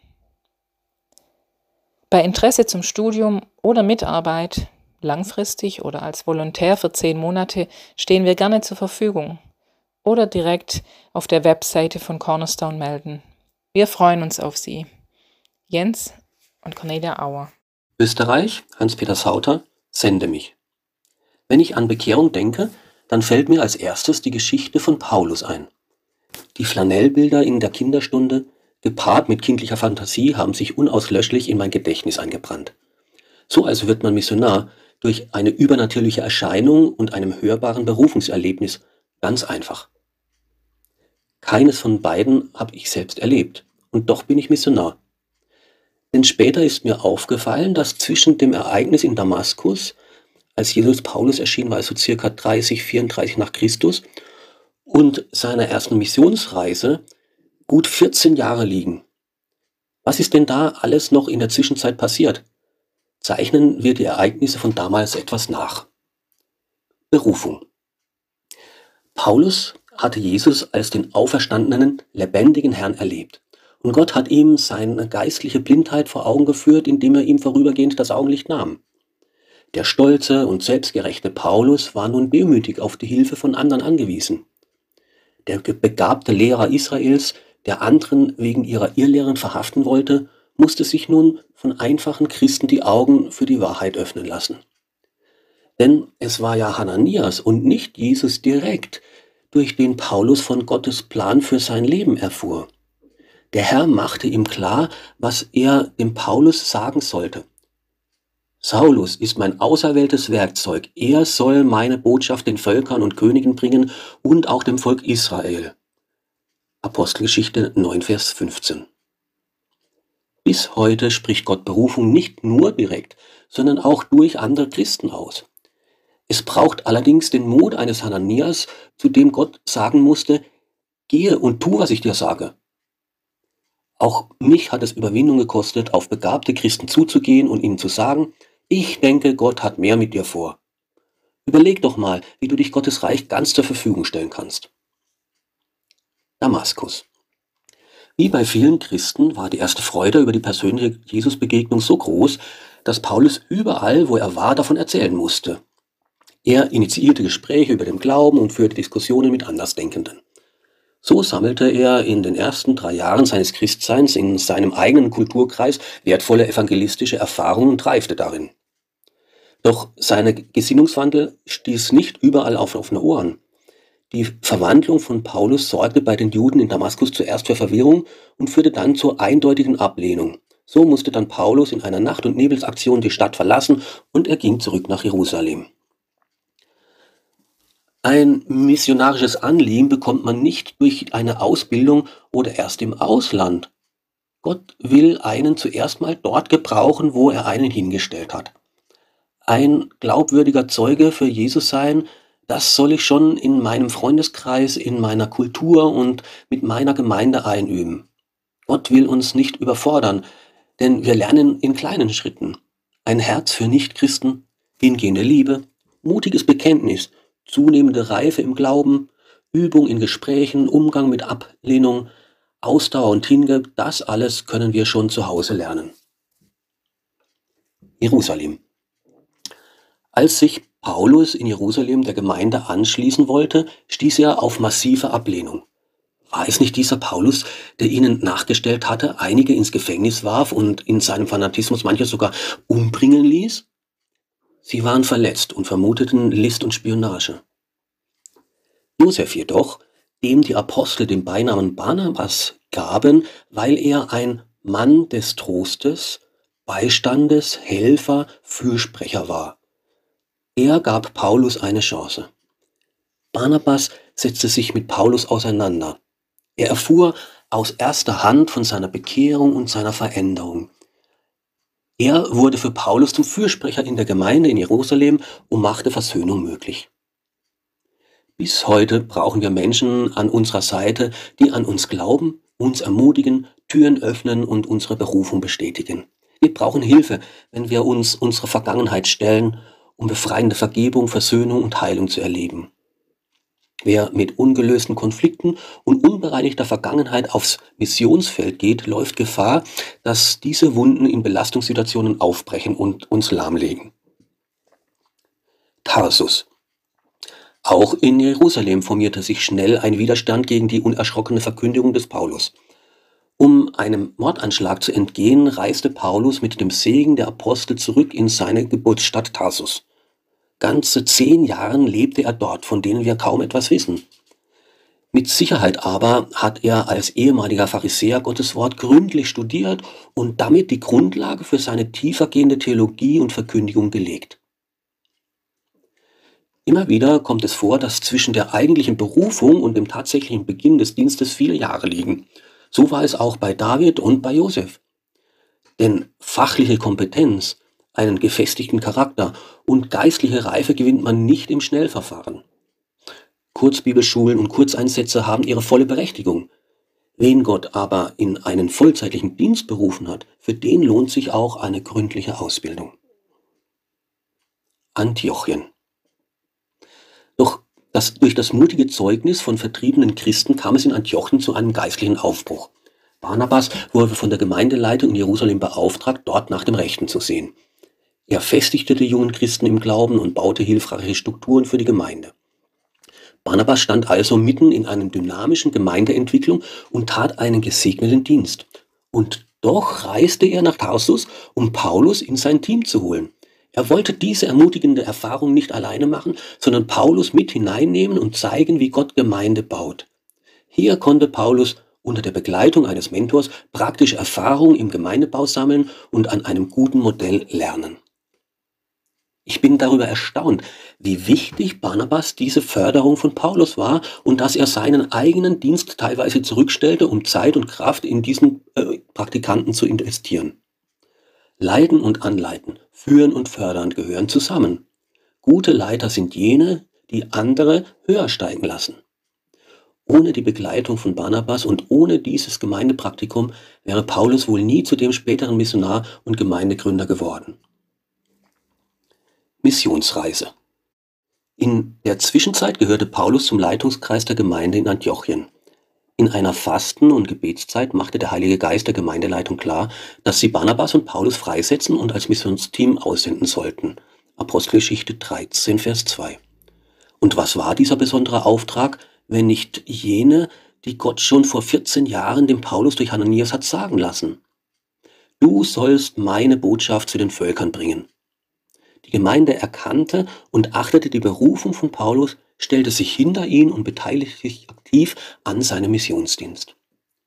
Bei Interesse zum Studium oder Mitarbeit, langfristig oder als Volontär für zehn Monate, stehen wir gerne zur Verfügung oder direkt auf der Webseite von Cornerstone melden. Wir freuen uns auf Sie. Jens und Cornelia Auer. Österreich, Hans-Peter Sauter, sende mich. Wenn ich an Bekehrung denke, dann fällt mir als erstes die Geschichte von Paulus ein. Die Flanellbilder in der Kinderstunde, gepaart mit kindlicher Fantasie, haben sich unauslöschlich in mein Gedächtnis eingebrannt. So also wird man Missionar durch eine übernatürliche Erscheinung und einem hörbaren Berufungserlebnis, ganz einfach. Keines von beiden habe ich selbst erlebt, und doch bin ich Missionar. Denn später ist mir aufgefallen, dass zwischen dem Ereignis in Damaskus, als Jesus Paulus erschien, war es so circa dreißig, vierunddreißig nach Christus, und seiner ersten Missionsreise gut vierzehn Jahre liegen. Was ist denn da alles noch in der Zwischenzeit passiert? Zeichnen wir die Ereignisse von damals etwas nach. Berufung. Paulus hatte Jesus als den auferstandenen, lebendigen Herrn erlebt. Und Gott hat ihm seine geistliche Blindheit vor Augen geführt, indem er ihm vorübergehend das Augenlicht nahm. Der stolze und selbstgerechte Paulus war nun demütig auf die Hilfe von anderen angewiesen. Der begabte Lehrer Israels, der anderen wegen ihrer Irrlehren verhaften wollte, musste sich nun von einfachen Christen die Augen für die Wahrheit öffnen lassen. Denn es war ja Hananias und nicht Jesus direkt, durch den Paulus von Gottes Plan für sein Leben erfuhr. Der Herr machte ihm klar, was er dem Paulus sagen sollte. Saulus ist mein auserwähltes Werkzeug, er soll meine Botschaft den Völkern und Königen bringen und auch dem Volk Israel. Apostelgeschichte neun, Vers fünfzehn. Bis heute spricht Gott Berufung nicht nur direkt, sondern auch durch andere Christen aus. Es braucht allerdings den Mut eines Hananias, zu dem Gott sagen musste, gehe und tu, was ich dir sage. Auch mich hat es Überwindung gekostet, auf begabte Christen zuzugehen und ihnen zu sagen, ich denke, Gott hat mehr mit dir vor. Überleg doch mal, wie du dich Gottes Reich ganz zur Verfügung stellen kannst. Damaskus. Wie bei vielen Christen war die erste Freude über die persönliche Jesusbegegnung so groß, dass Paulus überall, wo er war, davon erzählen musste. Er initiierte Gespräche über den Glauben und führte Diskussionen mit Andersdenkenden. So sammelte er in den ersten drei Jahren seines Christseins in seinem eigenen Kulturkreis wertvolle evangelistische Erfahrungen und reifte darin. Doch seine Gesinnungswandel stieß nicht überall auf offene Ohren. Die Verwandlung von Paulus sorgte bei den Juden in Damaskus zuerst für Verwirrung und führte dann zur eindeutigen Ablehnung. So musste dann Paulus in einer Nacht- und Nebelsaktion die Stadt verlassen und er ging zurück nach Jerusalem. Ein missionarisches Anliegen bekommt man nicht durch eine Ausbildung oder erst im Ausland. Gott will einen zuerst mal dort gebrauchen, wo er einen hingestellt hat. Ein glaubwürdiger Zeuge für Jesus sein Das soll ich schon in meinem Freundeskreis, in meiner Kultur und mit meiner Gemeinde einüben. Gott will uns nicht überfordern, denn wir lernen in kleinen Schritten. Ein Herz für Nichtchristen, hingehende Liebe, mutiges Bekenntnis, zunehmende Reife im Glauben, Übung in Gesprächen, Umgang mit Ablehnung, Ausdauer und Hingabe, das alles können wir schon zu Hause lernen. Jerusalem. Als sich Paulus in Jerusalem der Gemeinde anschließen wollte, stieß er auf massive Ablehnung. War es nicht dieser Paulus, der ihnen nachgestellt hatte, einige ins Gefängnis warf und in seinem Fanatismus manche sogar umbringen ließ? Sie waren verletzt und vermuteten List und Spionage. Josef jedoch, dem die Apostel den Beinamen Barnabas gaben, weil er ein Mann des Trostes, Beistandes, Helfer, Fürsprecher war. Er gab Paulus eine Chance. Barnabas setzte sich mit Paulus auseinander. Er erfuhr aus erster Hand von seiner Bekehrung und seiner Veränderung. Er wurde für Paulus zum Fürsprecher in der Gemeinde in Jerusalem und machte Versöhnung möglich. Bis heute brauchen wir Menschen an unserer Seite, die an uns glauben, uns ermutigen, Türen öffnen und unsere Berufung bestätigen. Wir brauchen Hilfe, wenn wir uns unserer Vergangenheit stellen, um befreiende Vergebung, Versöhnung und Heilung zu erleben. Wer mit ungelösten Konflikten und unbereinigter Vergangenheit aufs Missionsfeld geht, läuft Gefahr, dass diese Wunden in Belastungssituationen aufbrechen und uns lahmlegen. Tarsus. Auch in Jerusalem formierte sich schnell ein Widerstand gegen die unerschrockene Verkündigung des Paulus. Um einem Mordanschlag zu entgehen, reiste Paulus mit dem Segen der Apostel zurück in seine Geburtsstadt Tarsus. Ganze zehn Jahren lebte er dort, von denen wir kaum etwas wissen. Mit Sicherheit aber hat er als ehemaliger Pharisäer Gottes Wort gründlich studiert und damit die Grundlage für seine tiefergehende Theologie und Verkündigung gelegt. Immer wieder kommt es vor, dass zwischen der eigentlichen Berufung und dem tatsächlichen Beginn des Dienstes viele Jahre liegen. So war es auch bei David und bei Josef. Denn fachliche Kompetenz, einen gefestigten Charakter und geistliche Reife gewinnt man nicht im Schnellverfahren. Kurzbibelschulen und Kurzeinsätze haben ihre volle Berechtigung. Wen Gott aber in einen vollzeitlichen Dienst berufen hat, für den lohnt sich auch eine gründliche Ausbildung. Antiochien. Doch das, durch das mutige Zeugnis von vertriebenen Christen kam es in Antiochien zu einem geistlichen Aufbruch. Barnabas wurde von der Gemeindeleitung in Jerusalem beauftragt, dort nach dem Rechten zu sehen. Er festigte die jungen Christen im Glauben und baute hilfreiche Strukturen für die Gemeinde. Barnabas stand also mitten in einer dynamischen Gemeindeentwicklung und tat einen gesegneten Dienst. Und doch reiste er nach Tarsus, um Paulus in sein Team zu holen. Er wollte diese ermutigende Erfahrung nicht alleine machen, sondern Paulus mit hineinnehmen und zeigen, wie Gott Gemeinde baut. Hier konnte Paulus unter der Begleitung eines Mentors praktische Erfahrung im Gemeindebau sammeln und an einem guten Modell lernen. Ich bin darüber erstaunt, wie wichtig Barnabas diese Förderung von Paulus war und dass er seinen eigenen Dienst teilweise zurückstellte, um Zeit und Kraft in diesen äh, Praktikanten zu investieren. Leiten und Anleiten, führen und fördern gehören zusammen. Gute Leiter sind jene, die andere höher steigen lassen. Ohne die Begleitung von Barnabas und ohne dieses Gemeindepraktikum wäre Paulus wohl nie zu dem späteren Missionar und Gemeindegründer geworden. Missionsreise. In der Zwischenzeit gehörte Paulus zum Leitungskreis der Gemeinde in Antiochien. In einer Fasten- und Gebetszeit machte der Heilige Geist der Gemeindeleitung klar, dass sie Barnabas und Paulus freisetzen und als Missionsteam aussenden sollten. Apostelgeschichte dreizehn, Vers zwei. Und was war dieser besondere Auftrag, wenn nicht jene, die Gott schon vor vierzehn Jahren dem Paulus durch Hananias hat sagen lassen? Du sollst meine Botschaft zu den Völkern bringen. Die Gemeinde erkannte und achtete die Berufung von Paulus, stellte sich hinter ihn und beteiligte sich aktiv an seinem Missionsdienst.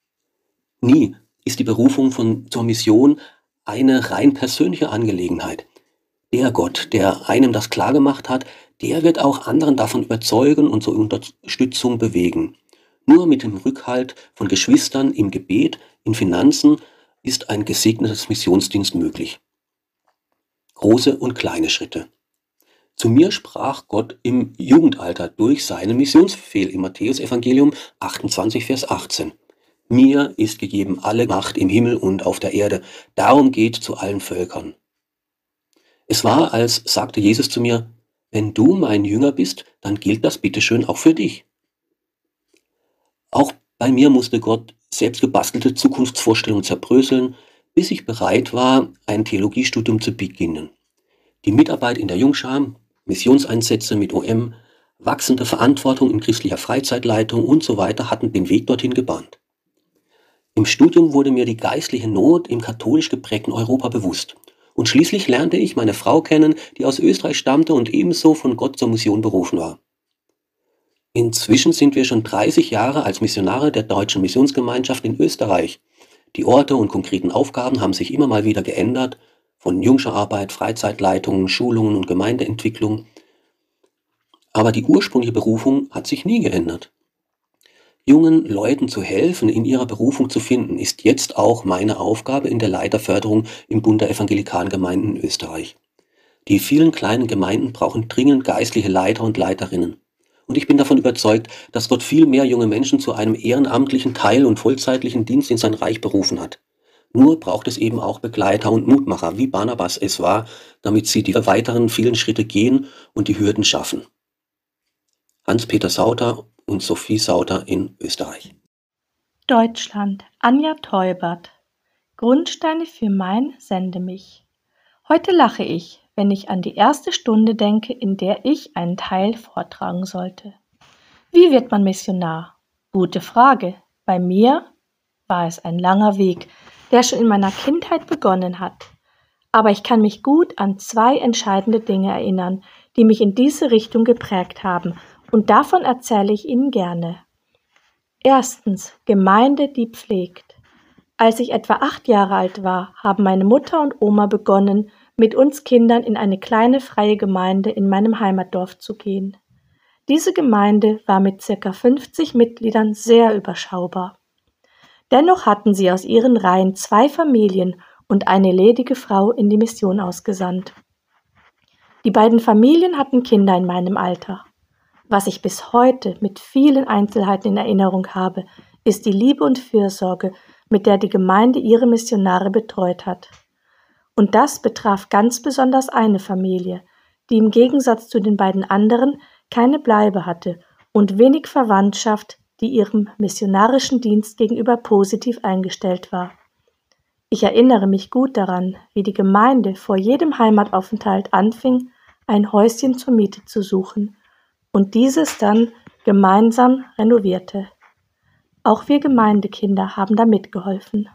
Nie ist die Berufung von, zur Mission eine rein persönliche Angelegenheit. Der Gott, der einem das klargemacht hat, der wird auch anderen davon überzeugen und zur Unterstützung bewegen. Nur mit dem Rückhalt von Geschwistern im Gebet, in Finanzen ist ein gesegnetes Missionsdienst möglich. Große und kleine Schritte. Zu mir sprach Gott im Jugendalter durch seinen Missionsbefehl im Matthäusevangelium achtundzwanzig, Vers achtzehn. Mir ist gegeben alle Macht im Himmel und auf der Erde, darum geht zu allen Völkern. Es war, als sagte Jesus zu mir, wenn du mein Jünger bist, dann gilt das bitteschön auch für dich. Auch bei mir musste Gott selbst gebastelte Zukunftsvorstellungen zerbröseln, bis ich bereit war, ein Theologiestudium zu beginnen. Die Mitarbeit in der Jungschar, Missionseinsätze mit O M, wachsende Verantwortung in christlicher Freizeitleitung und so weiter hatten den Weg dorthin gebahnt. Im Studium wurde mir die geistliche Not im katholisch geprägten Europa bewusst. Und schließlich lernte ich meine Frau kennen, die aus Österreich stammte und ebenso von Gott zur Mission berufen war. Inzwischen sind wir schon dreißig Jahre als Missionare der Deutschen Missionsgemeinschaft in Österreich. Die Orte und konkreten Aufgaben haben sich immer mal wieder geändert, von Jungschararbeit, Freizeitleitungen, Schulungen und Gemeindeentwicklung. Aber die ursprüngliche Berufung hat sich nie geändert. Jungen Leuten zu helfen, in ihrer Berufung zu finden, ist jetzt auch meine Aufgabe in der Leiterförderung im Bund der evangelikalen Gemeinden in Österreich. Die vielen kleinen Gemeinden brauchen dringend geistliche Leiter und Leiterinnen. Und ich bin davon überzeugt, dass Gott viel mehr junge Menschen zu einem ehrenamtlichen Teil- und vollzeitlichen Dienst in sein Reich berufen hat. Nur braucht es eben auch Begleiter und Mutmacher, wie Barnabas es war, damit sie die weiteren vielen Schritte gehen und die Hürden schaffen. Hans-Peter Sauter und Sophie Sauter in Österreich. Deutschland, Anja Teubert. Grundsteine für mein Sende mich. Heute lache ich, wenn ich an die erste Stunde denke, in der ich einen Teil vortragen sollte. Wie wird man Missionar? Gute Frage. Bei mir war es ein langer Weg, der schon in meiner Kindheit begonnen hat. Aber ich kann mich gut an zwei entscheidende Dinge erinnern, die mich in diese Richtung geprägt haben, und davon erzähle ich Ihnen gerne. Erstens, Gemeinde, die pflegt. Als ich etwa acht Jahre alt war, haben meine Mutter und Oma begonnen, mit uns Kindern in eine kleine freie Gemeinde in meinem Heimatdorf zu gehen. Diese Gemeinde war mit circa fünfzig Mitgliedern sehr überschaubar. Dennoch hatten sie aus ihren Reihen zwei Familien und eine ledige Frau in die Mission ausgesandt. Die beiden Familien hatten Kinder in meinem Alter. Was ich bis heute mit vielen Einzelheiten in Erinnerung habe, ist die Liebe und Fürsorge, mit der die Gemeinde ihre Missionare betreut hat. Und das betraf ganz besonders eine Familie, die im Gegensatz zu den beiden anderen keine Bleibe hatte und wenig Verwandtschaft, die ihrem missionarischen Dienst gegenüber positiv eingestellt war. Ich erinnere mich gut daran, wie die Gemeinde vor jedem Heimataufenthalt anfing, ein Häuschen zur Miete zu suchen und dieses dann gemeinsam renovierte. Auch wir Gemeindekinder haben da mitgeholfen.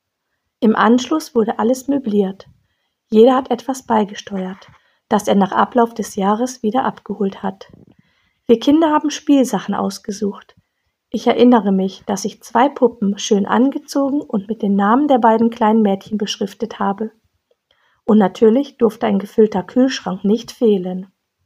Im Anschluss wurde alles möbliert. Jeder hat etwas beigesteuert, das er nach Ablauf des Jahres wieder abgeholt hat. Wir Kinder haben Spielsachen ausgesucht. Ich erinnere mich, dass ich zwei Puppen schön angezogen und mit den Namen der beiden kleinen Mädchen beschriftet habe. Und natürlich durfte ein gefüllter Kühlschrank nicht fehlen.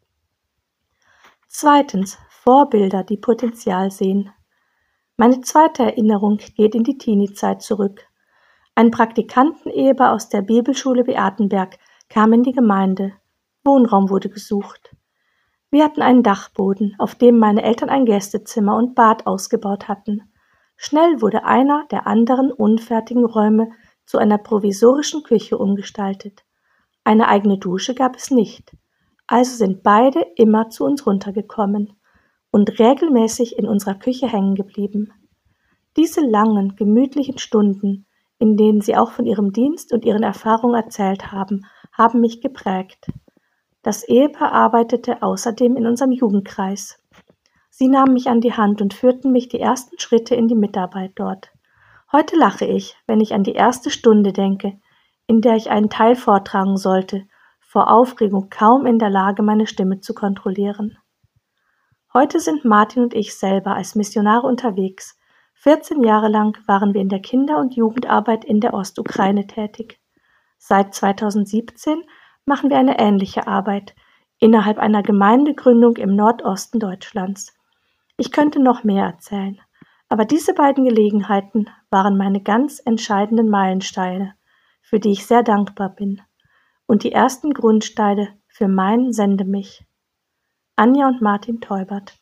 Zweitens, Vorbilder, die Potenzial sehen. Meine zweite Erinnerung geht in die Teenie-Zeit zurück. Ein Praktikantenehepaar aus der Bibelschule Beatenberg kam in die Gemeinde. Wohnraum wurde gesucht. Wir hatten einen Dachboden, auf dem meine Eltern ein Gästezimmer und Bad ausgebaut hatten. Schnell wurde einer der anderen unfertigen Räume zu einer provisorischen Küche umgestaltet. Eine eigene Dusche gab es nicht, also sind beide immer zu uns runtergekommen und regelmäßig in unserer Küche hängen geblieben. Diese langen, gemütlichen Stunden, in denen sie auch von ihrem Dienst und ihren Erfahrungen erzählt haben, haben mich geprägt. Das Ehepaar arbeitete außerdem in unserem Jugendkreis. Sie nahmen mich an die Hand und führten mich die ersten Schritte in die Mitarbeit dort. Heute lache ich, wenn ich an die erste Stunde denke, in der ich einen Teil vortragen sollte, vor Aufregung kaum in der Lage, meine Stimme zu kontrollieren. Heute sind Martin und ich selber als Missionare unterwegs. vierzehn Jahre lang waren wir in der Kinder- und Jugendarbeit in der Ostukraine tätig. Seit zweitausendsiebzehn machen wir eine ähnliche Arbeit innerhalb einer Gemeindegründung im Nordosten Deutschlands. Ich könnte noch mehr erzählen, aber diese beiden Gelegenheiten waren meine ganz entscheidenden Meilensteine, für die ich sehr dankbar bin, und die ersten Grundsteine für mein Sende mich. Anja und Martin Teubert.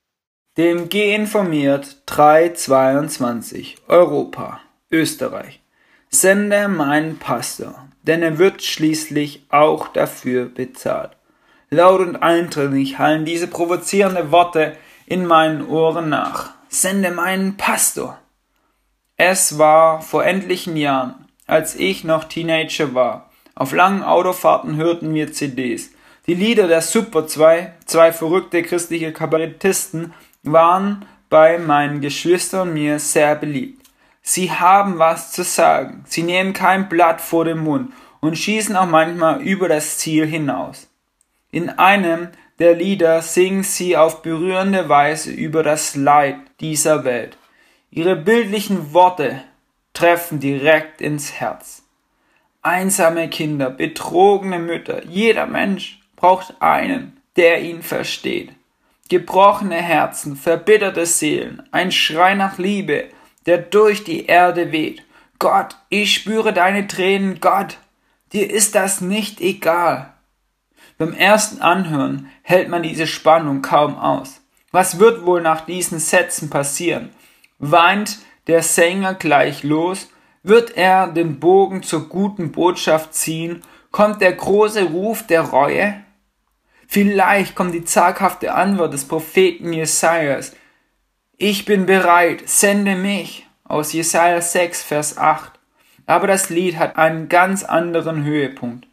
Dem G informiert drei zweiundzwanzig Europa, Österreich. Sende meinen Pastor, denn er wird schließlich auch dafür bezahlt. Laut und eindringlich hallen diese provozierenden Worte in meinen Ohren nach. Sende meinen Pastor. Es war vor etlichen Jahren, als ich noch Teenager war. Auf langen Autofahrten hörten wir C Ds. Die Lieder der Super zwei, zwei verrückte christliche Kabarettisten, waren bei meinen Geschwistern und mir sehr beliebt. Sie haben was zu sagen, sie nehmen kein Blatt vor den Mund und schießen auch manchmal über das Ziel hinaus. In einem der Lieder singen sie auf berührende Weise über das Leid dieser Welt. Ihre bildlichen Worte treffen direkt ins Herz. Einsame Kinder, betrogene Mütter, jeder Mensch braucht einen, der ihn versteht. Gebrochene Herzen, verbitterte Seelen, ein Schrei nach Liebe, der durch die Erde weht. Gott, ich spüre deine Tränen, Gott, dir ist das nicht egal. Beim ersten Anhören hält man diese Spannung kaum aus. Was wird wohl nach diesen Sätzen passieren? Weint der Sänger gleich los? Wird er den Bogen zur guten Botschaft ziehen? Kommt der große Ruf der Reue? Vielleicht kommt die zaghafte Antwort des Propheten Jesajas. Ich bin bereit, sende mich, aus Jesaja sechs, Vers acht. Aber das Lied hat einen ganz anderen Höhepunkt.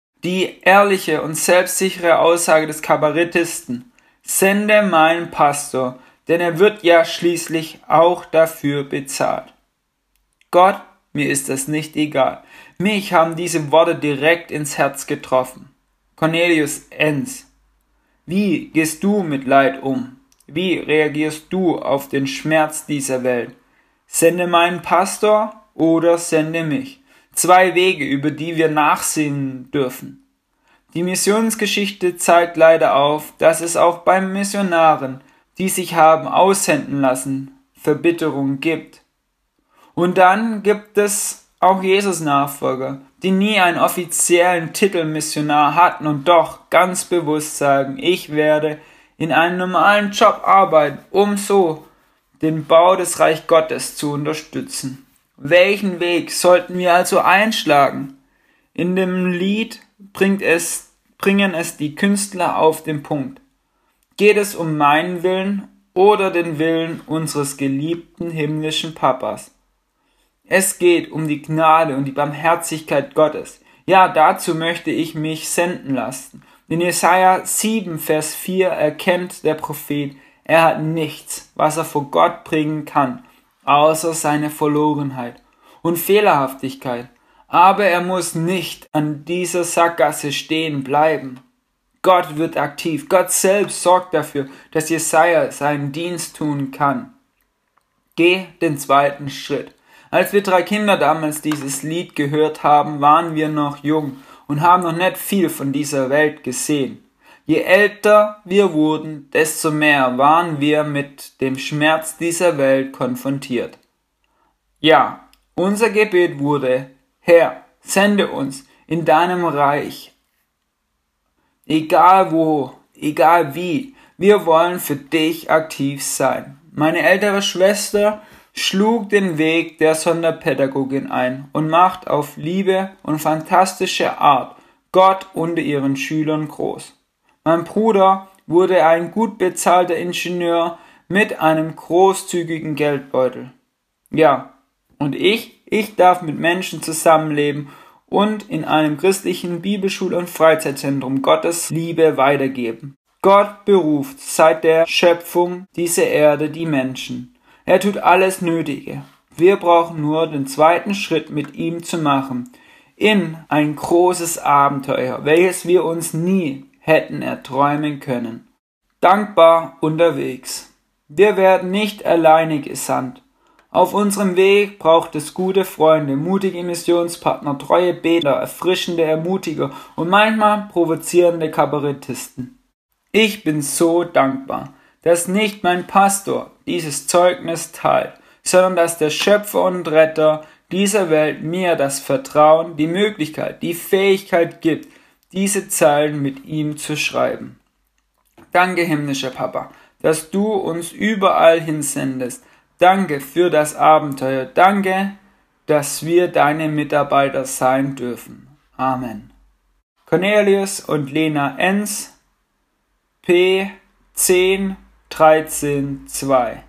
Die ehrliche und selbstsichere Aussage des Kabarettisten. Sende meinen Pastor, denn er wird ja schließlich auch dafür bezahlt. Gott, mir ist das nicht egal. Mich haben diese Worte direkt ins Herz getroffen. Cornelius Enns. Wie gehst du mit Leid um? Wie reagierst du auf den Schmerz dieser Welt? Sende meinen Pastor oder sende mich? Zwei Wege, über die wir nachsehen dürfen. Die Missionsgeschichte zeigt leider auf, dass es auch bei Missionaren, die sich haben aussenden lassen, Verbitterung gibt. Und dann gibt es auch Jesus-Nachfolger, die nie einen offiziellen Titel Missionar hatten und doch ganz bewusst sagen, ich werde in einem normalen Job arbeiten, um so den Bau des Reich Gottes zu unterstützen. Welchen Weg sollten wir also einschlagen? In dem Lied bringt es, bringen es die Künstler auf den Punkt. Geht es um meinen Willen oder den Willen unseres geliebten himmlischen Papas? Es geht um die Gnade und die Barmherzigkeit Gottes. Ja, dazu möchte ich mich senden lassen. In Jesaja sieben, Vers vier erkennt der Prophet, er hat nichts, was er vor Gott bringen kann, außer seine Verlorenheit und Fehlerhaftigkeit. Aber er muss nicht an dieser Sackgasse stehen bleiben. Gott wird aktiv. Gott selbst sorgt dafür, dass Jesaja seinen Dienst tun kann. Geh den zweiten Schritt. Als wir drei Kinder damals dieses Lied gehört haben, waren wir noch jung und haben noch nicht viel von dieser Welt gesehen. Je älter wir wurden, desto mehr waren wir mit dem Schmerz dieser Welt konfrontiert. Ja, unser Gebet wurde, Herr, sende uns in deinem Reich. Egal wo, egal wie, wir wollen für dich aktiv sein. Meine ältere Schwester schlug den Weg der Sonderpädagogin ein und macht auf liebe und fantastische Art Gott unter ihren Schülern groß. Mein Bruder wurde ein gut bezahlter Ingenieur mit einem großzügigen Geldbeutel. Ja, und ich, ich darf mit Menschen zusammenleben und in einem christlichen Bibelschul- und Freizeitzentrum Gottes Liebe weitergeben. Gott beruft seit der Schöpfung dieser Erde die Menschen. Er tut alles Nötige. Wir brauchen nur den zweiten Schritt mit ihm zu machen, in ein großes Abenteuer, welches wir uns nie hätten erträumen können. Dankbar unterwegs. Wir werden nicht alleine gesandt. Auf unserem Weg braucht es gute Freunde, mutige Missionspartner, treue Beter, erfrischende Ermutiger und manchmal provozierende Kabarettisten. Ich bin so dankbar, dass nicht mein Pastor dieses Zeugnis teilt, sondern dass der Schöpfer und Retter dieser Welt mir das Vertrauen, die Möglichkeit, die Fähigkeit gibt, diese Zeilen mit ihm zu schreiben. Danke, himmlischer Papa, dass du uns überall hinsendest. Danke für das Abenteuer. Danke, dass wir deine Mitarbeiter sein dürfen. Amen. Cornelius und Lena Enz, P zehn dreizehn zwei.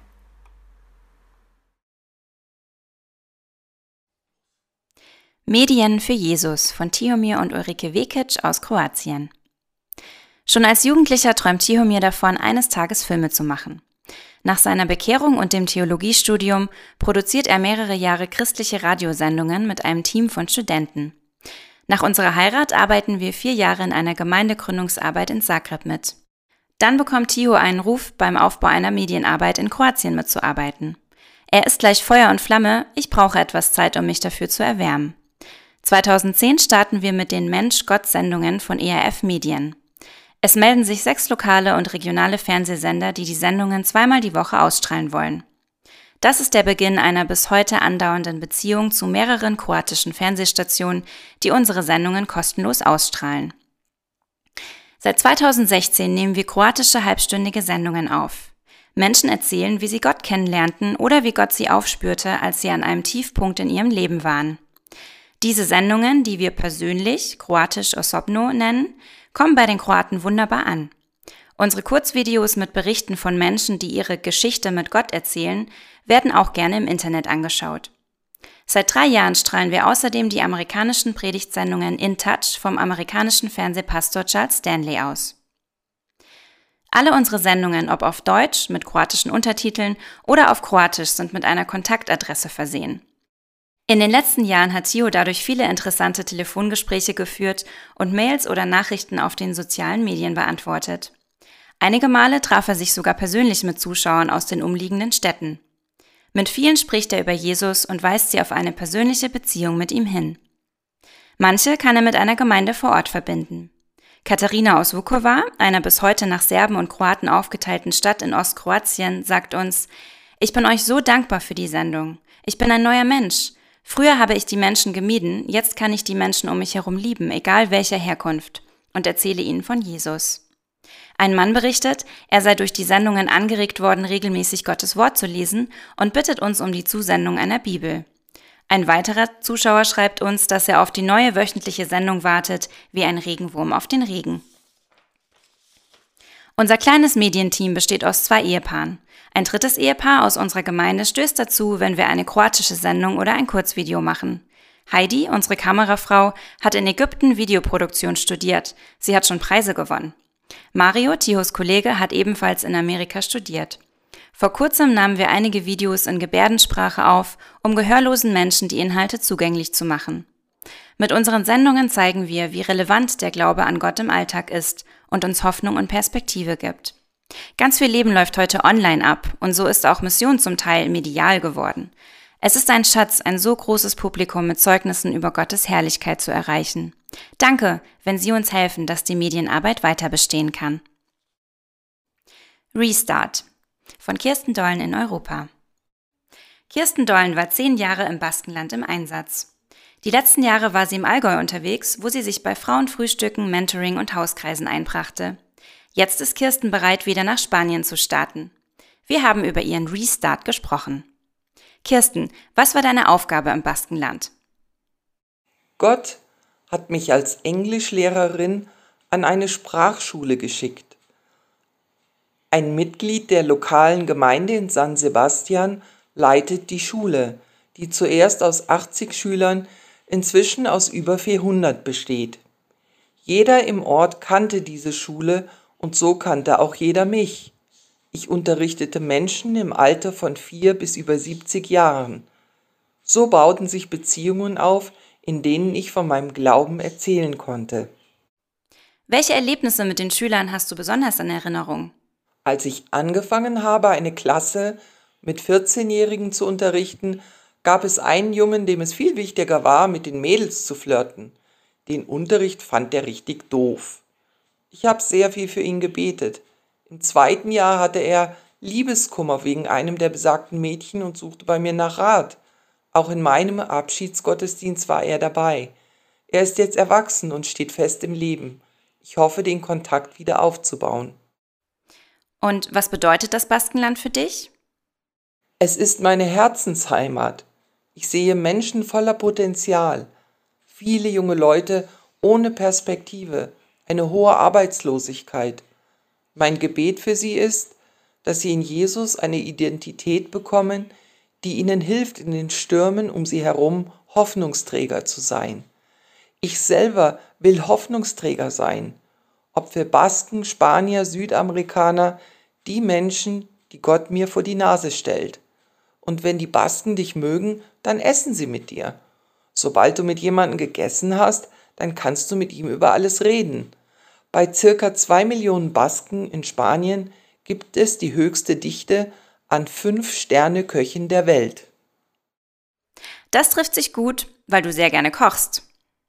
Medien für Jesus von Tihomir und Ulrike Vekic aus Kroatien. Schon als Jugendlicher träumt Tihomir davon, eines Tages Filme zu machen. Nach seiner Bekehrung und dem Theologiestudium produziert er mehrere Jahre christliche Radiosendungen mit einem Team von Studenten. Nach unserer Heirat arbeiten wir vier Jahre in einer Gemeindegründungsarbeit in Zagreb mit. Dann bekommt Tiho einen Ruf, beim Aufbau einer Medienarbeit in Kroatien mitzuarbeiten. Er ist gleich Feuer und Flamme, ich brauche etwas Zeit, um mich dafür zu erwärmen. zweitausendzehn starten wir mit den Mensch-Gott-Sendungen von E R F Medien. Es melden sich sechs lokale und regionale Fernsehsender, die die Sendungen zweimal die Woche ausstrahlen wollen. Das ist der Beginn einer bis heute andauernden Beziehung zu mehreren kroatischen Fernsehstationen, die unsere Sendungen kostenlos ausstrahlen. Seit zweitausendsechzehn nehmen wir kroatische halbstündige Sendungen auf. Menschen erzählen, wie sie Gott kennenlernten oder wie Gott sie aufspürte, als sie an einem Tiefpunkt in ihrem Leben waren. Diese Sendungen, die wir persönlich, kroatisch Osobno nennen, kommen bei den Kroaten wunderbar an. Unsere Kurzvideos mit Berichten von Menschen, die ihre Geschichte mit Gott erzählen, werden auch gerne im Internet angeschaut. Seit drei Jahren strahlen wir außerdem die amerikanischen Predigtsendungen In Touch vom amerikanischen Fernsehpastor Charles Stanley aus. Alle unsere Sendungen, ob auf Deutsch mit kroatischen Untertiteln oder auf Kroatisch, sind mit einer Kontaktadresse versehen. In den letzten Jahren hat Tiho dadurch viele interessante Telefongespräche geführt und Mails oder Nachrichten auf den sozialen Medien beantwortet. Einige Male traf er sich sogar persönlich mit Zuschauern aus den umliegenden Städten. Mit vielen spricht er über Jesus und weist sie auf eine persönliche Beziehung mit ihm hin. Manche kann er mit einer Gemeinde vor Ort verbinden. Katharina aus Vukovar, einer bis heute nach Serben und Kroaten aufgeteilten Stadt in Ostkroatien, sagt uns: Ich bin euch so dankbar für die Sendung. Ich bin ein neuer Mensch. Früher habe ich die Menschen gemieden, jetzt kann ich die Menschen um mich herum lieben, egal welcher Herkunft, und erzähle ihnen von Jesus. Ein Mann berichtet, er sei durch die Sendungen angeregt worden, regelmäßig Gottes Wort zu lesen und bittet uns um die Zusendung einer Bibel. Ein weiterer Zuschauer schreibt uns, dass er auf die neue wöchentliche Sendung wartet, wie ein Regenwurm auf den Regen. Unser kleines Medienteam besteht aus zwei Ehepaaren. Ein drittes Ehepaar aus unserer Gemeinde stößt dazu, wenn wir eine kroatische Sendung oder ein Kurzvideo machen. Heidi, unsere Kamerafrau, hat in Ägypten Videoproduktion studiert. Sie hat schon Preise gewonnen. Mario, Tihos Kollege, hat ebenfalls in Amerika studiert. Vor kurzem nahmen wir einige Videos in Gebärdensprache auf, um gehörlosen Menschen die Inhalte zugänglich zu machen. Mit unseren Sendungen zeigen wir, wie relevant der Glaube an Gott im Alltag ist und uns Hoffnung und Perspektive gibt. Ganz viel Leben läuft heute online ab und so ist auch Mission zum Teil medial geworden. Es ist ein Schatz, ein so großes Publikum mit Zeugnissen über Gottes Herrlichkeit zu erreichen. Danke, wenn Sie uns helfen, dass die Medienarbeit weiter bestehen kann. Restart von Kirsten Dollen in Europa. Kirsten Dollen war zehn Jahre im Baskenland im Einsatz. Die letzten Jahre war sie im Allgäu unterwegs, wo sie sich bei Frauenfrühstücken, Mentoring und Hauskreisen einbrachte. Jetzt ist Kirsten bereit, wieder nach Spanien zu starten. Wir haben über ihren Restart gesprochen. Kirsten, was war deine Aufgabe im Baskenland? Gott hat mich als Englischlehrerin an eine Sprachschule geschickt. Ein Mitglied der lokalen Gemeinde in San Sebastian leitet die Schule, die zuerst aus achtzig Schülern inzwischen aus über vierhundert besteht. Jeder im Ort kannte diese Schule und so kannte auch jeder mich. Ich unterrichtete Menschen im Alter von vier bis über siebzig Jahren. So bauten sich Beziehungen auf, in denen ich von meinem Glauben erzählen konnte. Welche Erlebnisse mit den Schülern hast du besonders in Erinnerung? Als ich angefangen habe, eine Klasse mit vierzehnjährigen zu unterrichten, gab es einen Jungen, dem es viel wichtiger war, mit den Mädels zu flirten. Den Unterricht fand er richtig doof. Ich habe sehr viel für ihn gebetet. Im zweiten Jahr hatte er Liebeskummer wegen einem der besagten Mädchen und suchte bei mir nach Rat. Auch in meinem Abschiedsgottesdienst war er dabei. Er ist jetzt erwachsen und steht fest im Leben. Ich hoffe, den Kontakt wieder aufzubauen. Und was bedeutet das Baskenland für dich? Es ist meine Herzensheimat. Ich sehe Menschen voller Potenzial, viele junge Leute ohne Perspektive, eine hohe Arbeitslosigkeit. Mein Gebet für sie ist, dass sie in Jesus eine Identität bekommen, die ihnen hilft, in den Stürmen um sie herum Hoffnungsträger zu sein. Ich selber will Hoffnungsträger sein, ob für Basken, Spanier, Südamerikaner, die Menschen, die Gott mir vor die Nase stellt. Und wenn die Basken dich mögen, dann essen sie mit dir. Sobald du mit jemandem gegessen hast, dann kannst du mit ihm über alles reden. Bei circa zwei Millionen Basken in Spanien gibt es die höchste Dichte an Fünf-Sterne-Köchen der Welt. Das trifft sich gut, weil du sehr gerne kochst.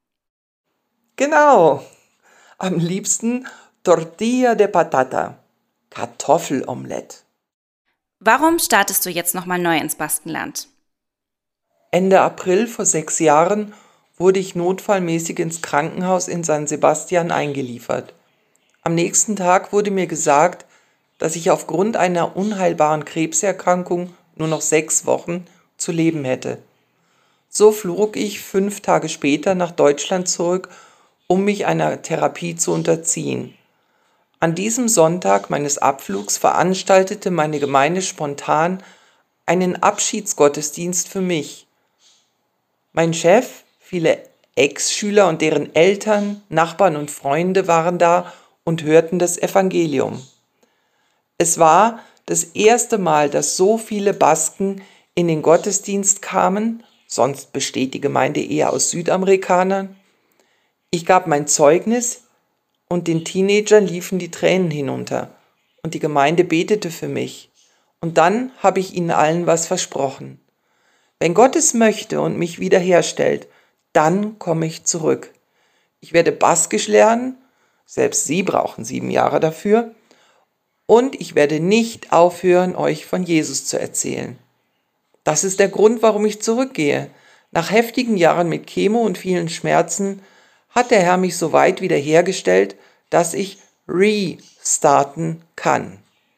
Genau. Am liebsten Tortilla de Patata, Kartoffelomelett. Warum startest du jetzt nochmal neu ins Baskenland? Ende April vor sechs Jahren wurde ich notfallmäßig ins Krankenhaus in San Sebastian eingeliefert. Am nächsten Tag wurde mir gesagt, dass ich aufgrund einer unheilbaren Krebserkrankung nur noch sechs Wochen zu leben hätte. So flog ich fünf Tage später nach Deutschland zurück, um mich einer Therapie zu unterziehen. An diesem Sonntag meines Abflugs veranstaltete meine Gemeinde spontan einen Abschiedsgottesdienst für mich. Mein Chef, viele Ex-Schüler und deren Eltern, Nachbarn und Freunde waren da und hörten das Evangelium. Es war das erste Mal, dass so viele Basken in den Gottesdienst kamen, sonst besteht die Gemeinde eher aus Südamerikanern. Ich gab mein Zeugnis und den Teenagern liefen die Tränen hinunter und die Gemeinde betete für mich. Und dann habe ich ihnen allen was versprochen. Wenn Gott es möchte und mich wiederherstellt, dann komme ich zurück. Ich werde Baskisch lernen, selbst Sie brauchen sieben Jahre dafür, und ich werde nicht aufhören, euch von Jesus zu erzählen. Das ist der Grund, warum ich zurückgehe. Nach heftigen Jahren mit Chemo und vielen Schmerzen hat der Herr mich so weit wiederhergestellt, dass ich restarten kann.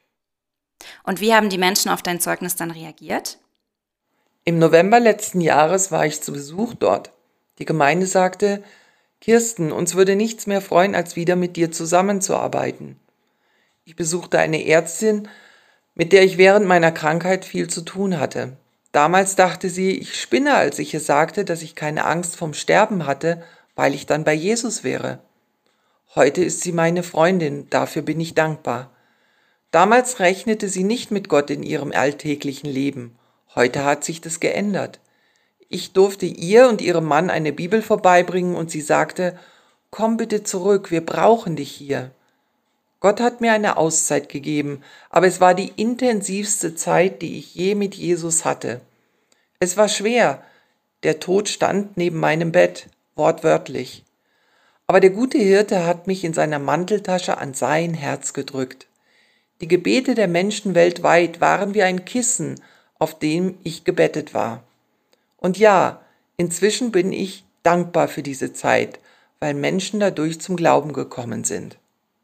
Und wie haben die Menschen auf dein Zeugnis dann reagiert? Im November letzten Jahres war ich zu Besuch dort. Die Gemeinde sagte, Kirsten, uns würde nichts mehr freuen, als wieder mit dir zusammenzuarbeiten. Ich besuchte eine Ärztin, mit der ich während meiner Krankheit viel zu tun hatte. Damals dachte sie, ich spinne, als ich ihr sagte, dass ich keine Angst vom Sterben hatte, weil ich dann bei Jesus wäre. Heute ist sie meine Freundin, dafür bin ich dankbar. Damals rechnete sie nicht mit Gott in ihrem alltäglichen Leben. Heute hat sich das geändert. Ich durfte ihr und ihrem Mann eine Bibel vorbeibringen und sie sagte, komm bitte zurück, wir brauchen dich hier. Gott hat mir eine Auszeit gegeben, aber es war die intensivste Zeit, die ich je mit Jesus hatte. Es war schwer, der Tod stand neben meinem Bett, wortwörtlich. Aber der gute Hirte hat mich in seiner Manteltasche an sein Herz gedrückt. Die Gebete der Menschen weltweit waren wie ein Kissen, auf dem ich gebettet war. Und ja, inzwischen bin ich dankbar für diese Zeit, weil Menschen dadurch zum Glauben gekommen sind.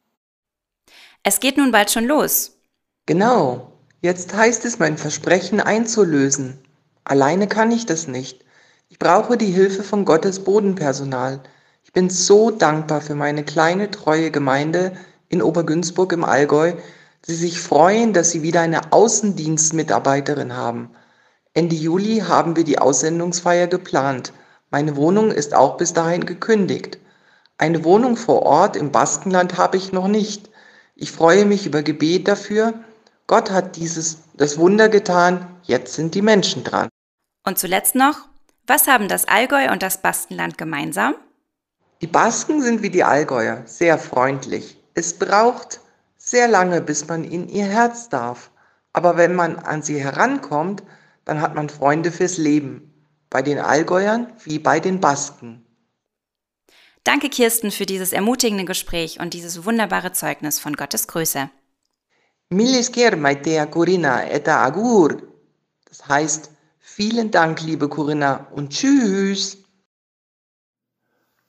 Es geht nun bald schon los. Genau, jetzt heißt es, mein Versprechen einzulösen. Alleine kann ich das nicht. Ich brauche die Hilfe von Gottes Bodenpersonal. Ich bin so dankbar für meine kleine, treue Gemeinde in Obergünzburg im Allgäu, die sich freuen, dass sie wieder eine Außendienstmitarbeiterin haben. Ende Juli haben wir die Aussendungsfeier geplant. Meine Wohnung ist auch bis dahin gekündigt. Eine Wohnung vor Ort im Baskenland habe ich noch nicht. Ich freue mich über Gebet dafür. Gott hat dieses, das Wunder getan, jetzt sind die Menschen dran. Und zuletzt noch, was haben das Allgäu und das Baskenland gemeinsam? Die Basken sind wie die Allgäuer, sehr freundlich. Es braucht sehr lange, bis man in ihr Herz darf. Aber wenn man an sie herankommt, dann hat man Freunde fürs Leben. Bei den Allgäuern wie bei den Basken. Danke, Kirsten, für dieses ermutigende Gespräch und dieses wunderbare Zeugnis von Gottes Größe. Milisker maitea Corinna eta agur. Das heißt, vielen Dank, liebe Corinna, und tschüss.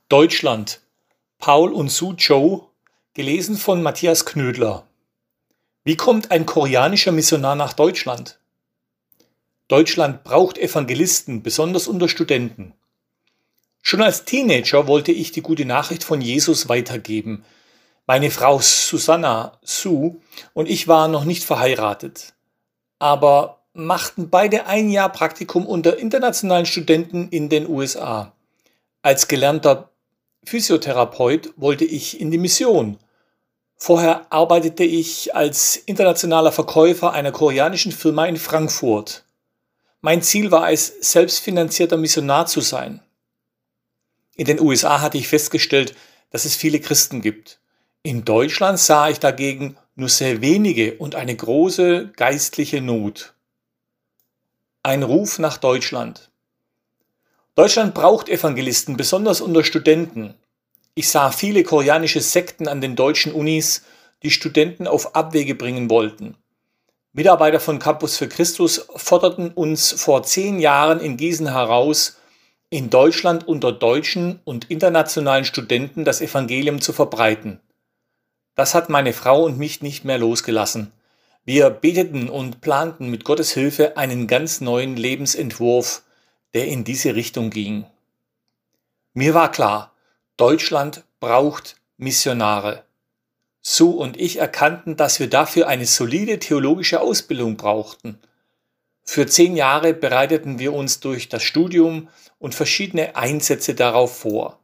Deutschland. Paul und Sue Joe, gelesen von Matthias Knödler. Wie kommt ein koreanischer Missionar nach Deutschland? Deutschland braucht Evangelisten, besonders unter Studenten. Schon als Teenager wollte ich die gute Nachricht von Jesus weitergeben. Meine Frau Susanna, Sue, und ich waren noch nicht verheiratet, aber machten beide ein Jahr Praktikum unter internationalen Studenten in den U S A. Als gelernter Physiotherapeut wollte ich in die Mission. Vorher arbeitete ich als internationaler Verkäufer einer koreanischen Firma in Frankfurt. Mein Ziel war es, selbstfinanzierter Missionar zu sein. In den U S A hatte ich festgestellt, dass es viele Christen gibt. In Deutschland sah ich dagegen nur sehr wenige und eine große geistliche Not. Ein Ruf nach Deutschland. Deutschland braucht Evangelisten, besonders unter Studenten. Ich sah viele koreanische Sekten an den deutschen Unis, die Studenten auf Abwege bringen wollten. Mitarbeiter von Campus für Christus forderten uns vor zehn Jahren in Gießen heraus, in Deutschland unter deutschen und internationalen Studenten das Evangelium zu verbreiten. Das hat meine Frau und mich nicht mehr losgelassen. Wir beteten und planten mit Gottes Hilfe einen ganz neuen Lebensentwurf, der in diese Richtung ging. Mir war klar, Deutschland braucht Missionare. Sue und ich erkannten, dass wir dafür eine solide theologische Ausbildung brauchten. Für zehn Jahre bereiteten wir uns durch das Studium und verschiedene Einsätze darauf vor.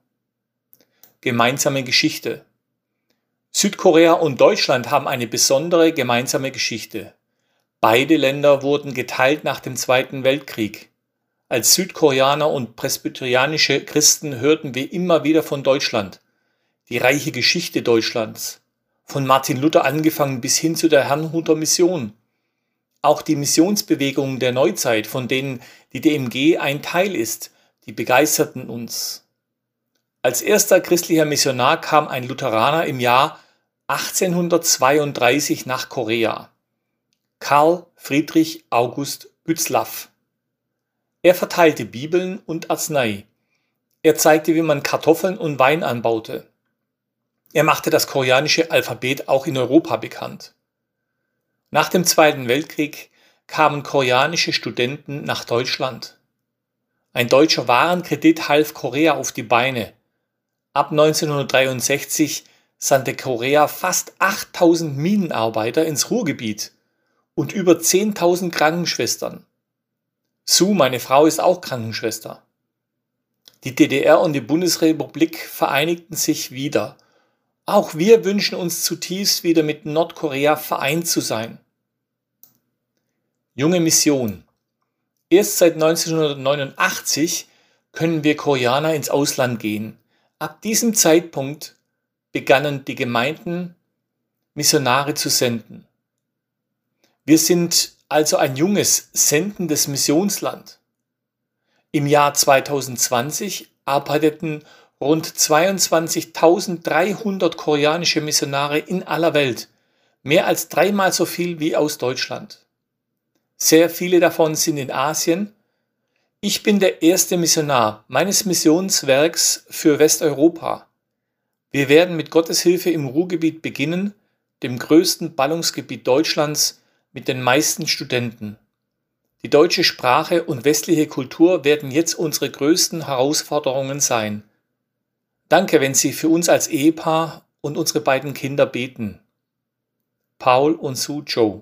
Gemeinsame Geschichte. Südkorea und Deutschland haben eine besondere gemeinsame Geschichte. Beide Länder wurden geteilt nach dem Zweiten Weltkrieg. Als Südkoreaner und presbyterianische Christen hörten wir immer wieder von Deutschland, die reiche Geschichte Deutschlands, von Martin Luther angefangen bis hin zu der Herrnhuter Mission. Auch die Missionsbewegungen der Neuzeit, von denen die D M G ein Teil ist, die begeisterten uns. Als erster christlicher Missionar kam ein Lutheraner im Jahr achtzehnhundertzweiunddreißig nach Korea. Karl Friedrich August Bützlaff. Er verteilte Bibeln und Arznei. Er zeigte, wie man Kartoffeln und Wein anbaute. Er machte das koreanische Alphabet auch in Europa bekannt. Nach dem Zweiten Weltkrieg kamen koreanische Studenten nach Deutschland. Ein deutscher Warenkredit half Korea auf die Beine. Ab neunzehnhundertdreiundsechzig sandte Korea fast achttausend Minenarbeiter ins Ruhrgebiet und über zehntausend Krankenschwestern. Sue, meine Frau, ist auch Krankenschwester. Die D D R und die Bundesrepublik vereinigten sich wieder. Auch wir wünschen uns zutiefst, wieder mit Nordkorea vereint zu sein. Junge Mission. Erst seit neunzehnhundertneunundachtzig können wir Koreaner ins Ausland gehen. Ab diesem Zeitpunkt begannen die Gemeinden, Missionare zu senden. Wir sind also ein junges, sendendes Missionsland. Im Jahr zweitausendzwanzig arbeiteten rund zweiundzwanzigtausenddreihundert koreanische Missionare in aller Welt, mehr als dreimal so viel wie aus Deutschland. Sehr viele davon sind in Asien. Ich bin der erste Missionar meines Missionswerks für Westeuropa. Wir werden mit Gottes Hilfe im Ruhrgebiet beginnen, dem größten Ballungsgebiet Deutschlands mit den meisten Studenten. Die deutsche Sprache und westliche Kultur werden jetzt unsere größten Herausforderungen sein. Danke, wenn Sie für uns als Ehepaar und unsere beiden Kinder beten. Paul und Sue Joe.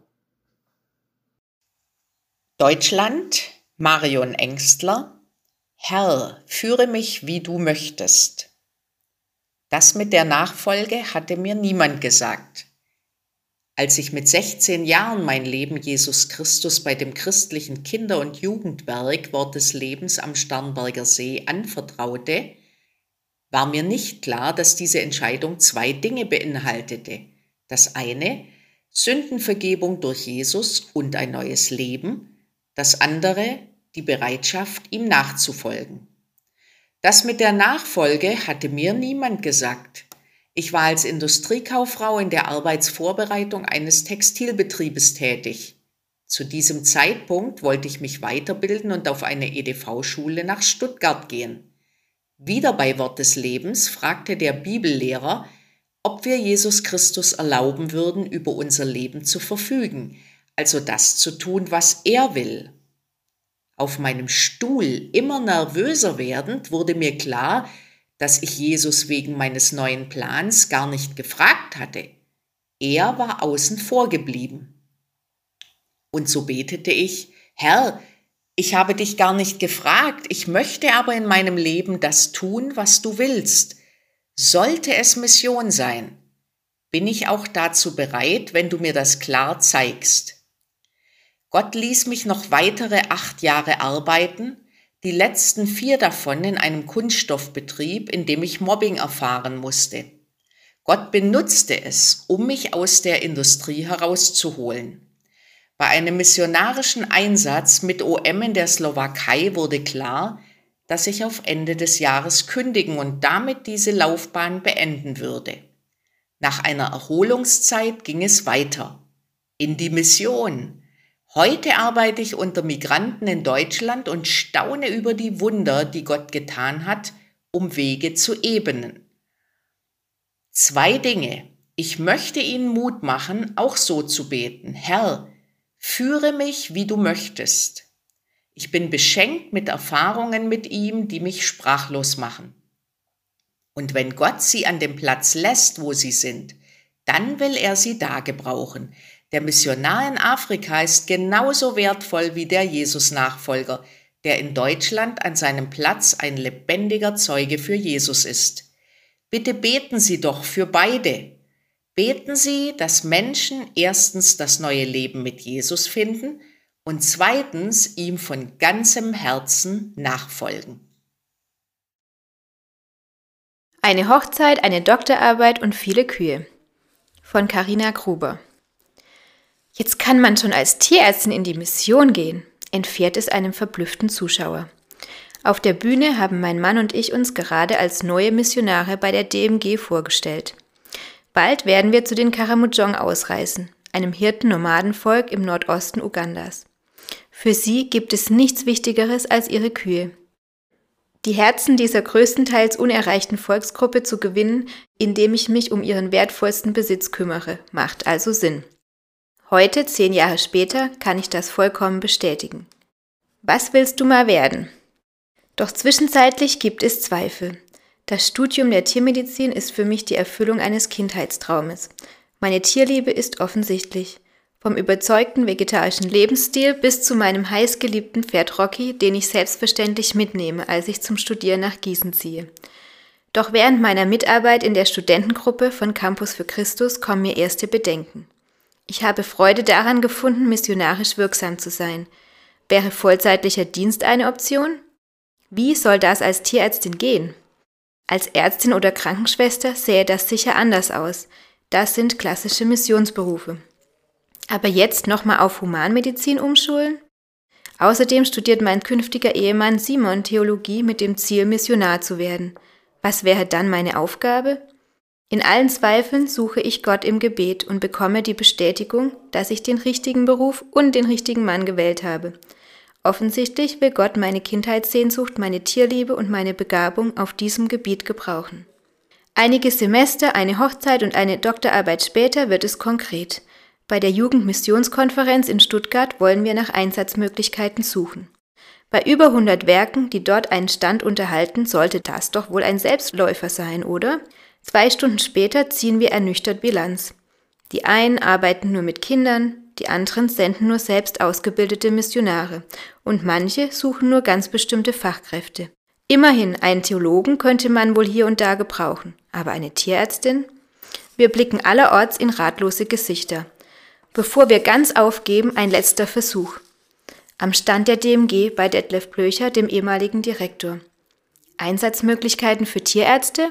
Deutschland, Marion Engstler. Herr, führe mich, wie du möchtest. Das mit der Nachfolge hatte mir niemand gesagt. Als ich mit sechzehn Jahren mein Leben Jesus Christus bei dem christlichen Kinder- und Jugendwerk Wort des Lebens am Starnberger See anvertraute, war mir nicht klar, dass diese Entscheidung zwei Dinge beinhaltete. Das eine, Sündenvergebung durch Jesus und ein neues Leben. Das andere, die Bereitschaft, ihm nachzufolgen. Das mit der Nachfolge hatte mir niemand gesagt. Ich war als Industriekauffrau in der Arbeitsvorbereitung eines Textilbetriebes tätig. Zu diesem Zeitpunkt wollte ich mich weiterbilden und auf eine E D V-Schule nach Stuttgart gehen. Wieder bei Wort des Lebens fragte der Bibellehrer, ob wir Jesus Christus erlauben würden, über unser Leben zu verfügen, also das zu tun, was er will. Auf meinem Stuhl, immer nervöser werdend, wurde mir klar, dass ich Jesus wegen meines neuen Plans gar nicht gefragt hatte. Er war außen vor geblieben. Und so betete ich, Herr, ich habe dich gar nicht gefragt, ich möchte aber in meinem Leben das tun, was du willst. Sollte es Mission sein, bin ich auch dazu bereit, wenn du mir das klar zeigst. Gott ließ mich noch weitere acht Jahre arbeiten, die letzten vier davon in einem Kunststoffbetrieb, in dem ich Mobbing erfahren musste. Gott benutzte es, um mich aus der Industrie herauszuholen. Bei einem missionarischen Einsatz mit O M in der Slowakei wurde klar, dass ich auf Ende des Jahres kündigen und damit diese Laufbahn beenden würde. Nach einer Erholungszeit ging es weiter. In die Mission. Heute arbeite ich unter Migranten in Deutschland und staune über die Wunder, die Gott getan hat, um Wege zu ebnen. Zwei Dinge. Ich möchte Ihnen Mut machen, auch so zu beten. Herr, führe mich, wie du möchtest. Ich bin beschenkt mit Erfahrungen mit ihm, die mich sprachlos machen. Und wenn Gott sie an dem Platz lässt, wo sie sind, dann will er sie da gebrauchen. Der Missionar in Afrika ist genauso wertvoll wie der Jesus-Nachfolger, der in Deutschland an seinem Platz ein lebendiger Zeuge für Jesus ist. Bitte beten Sie doch für beide. Beten Sie, dass Menschen erstens das neue Leben mit Jesus finden und zweitens ihm von ganzem Herzen nachfolgen. Eine Hochzeit, eine Doktorarbeit und viele Kühe. Von Carina Gruber. Jetzt kann man schon als Tierärztin in die Mission gehen, entfährt es einem verblüfften Zuschauer. Auf der Bühne haben mein Mann und ich uns gerade als neue Missionare bei der D M G vorgestellt. Bald werden wir zu den Karamojong ausreisen, einem Hirten-Nomadenvolk im Nordosten Ugandas. Für sie gibt es nichts Wichtigeres als ihre Kühe. Die Herzen dieser größtenteils unerreichten Volksgruppe zu gewinnen, indem ich mich um ihren wertvollsten Besitz kümmere, macht also Sinn. Heute, zehn Jahre später, kann ich das vollkommen bestätigen. Was willst du mal werden? Doch zwischenzeitlich gibt es Zweifel. Das Studium der Tiermedizin ist für mich die Erfüllung eines Kindheitstraumes. Meine Tierliebe ist offensichtlich. Vom überzeugten vegetarischen Lebensstil bis zu meinem heißgeliebten Pferd Rocky, den ich selbstverständlich mitnehme, als ich zum Studieren nach Gießen ziehe. Doch während meiner Mitarbeit in der Studentengruppe von Campus für Christus kommen mir erste Bedenken. Ich habe Freude daran gefunden, missionarisch wirksam zu sein. Wäre vollzeitlicher Dienst eine Option? Wie soll das als Tierärztin gehen? Als Ärztin oder Krankenschwester sähe das sicher anders aus. Das sind klassische Missionsberufe. Aber jetzt nochmal auf Humanmedizin umschulen? Außerdem studiert mein künftiger Ehemann Simon Theologie mit dem Ziel, Missionar zu werden. Was wäre dann meine Aufgabe? In allen Zweifeln suche ich Gott im Gebet und bekomme die Bestätigung, dass ich den richtigen Beruf und den richtigen Mann gewählt habe. Offensichtlich will Gott meine Kindheitssehnsucht, meine Tierliebe und meine Begabung auf diesem Gebiet gebrauchen. Einige Semester, eine Hochzeit und eine Doktorarbeit später wird es konkret. Bei der Jugendmissionskonferenz in Stuttgart wollen wir nach Einsatzmöglichkeiten suchen. Bei über hundert Werken, die dort einen Stand unterhalten, sollte das doch wohl ein Selbstläufer sein, oder? Zwei Stunden später ziehen wir ernüchtert Bilanz. Die einen arbeiten nur mit Kindern, die anderen senden nur selbst ausgebildete Missionare und manche suchen nur ganz bestimmte Fachkräfte. Immerhin, einen Theologen könnte man wohl hier und da gebrauchen, aber eine Tierärztin? Wir blicken allerorts in ratlose Gesichter. Bevor wir ganz aufgeben, ein letzter Versuch. Am Stand der D M G bei Detlef Blöcher, dem ehemaligen Direktor. Einsatzmöglichkeiten für Tierärzte?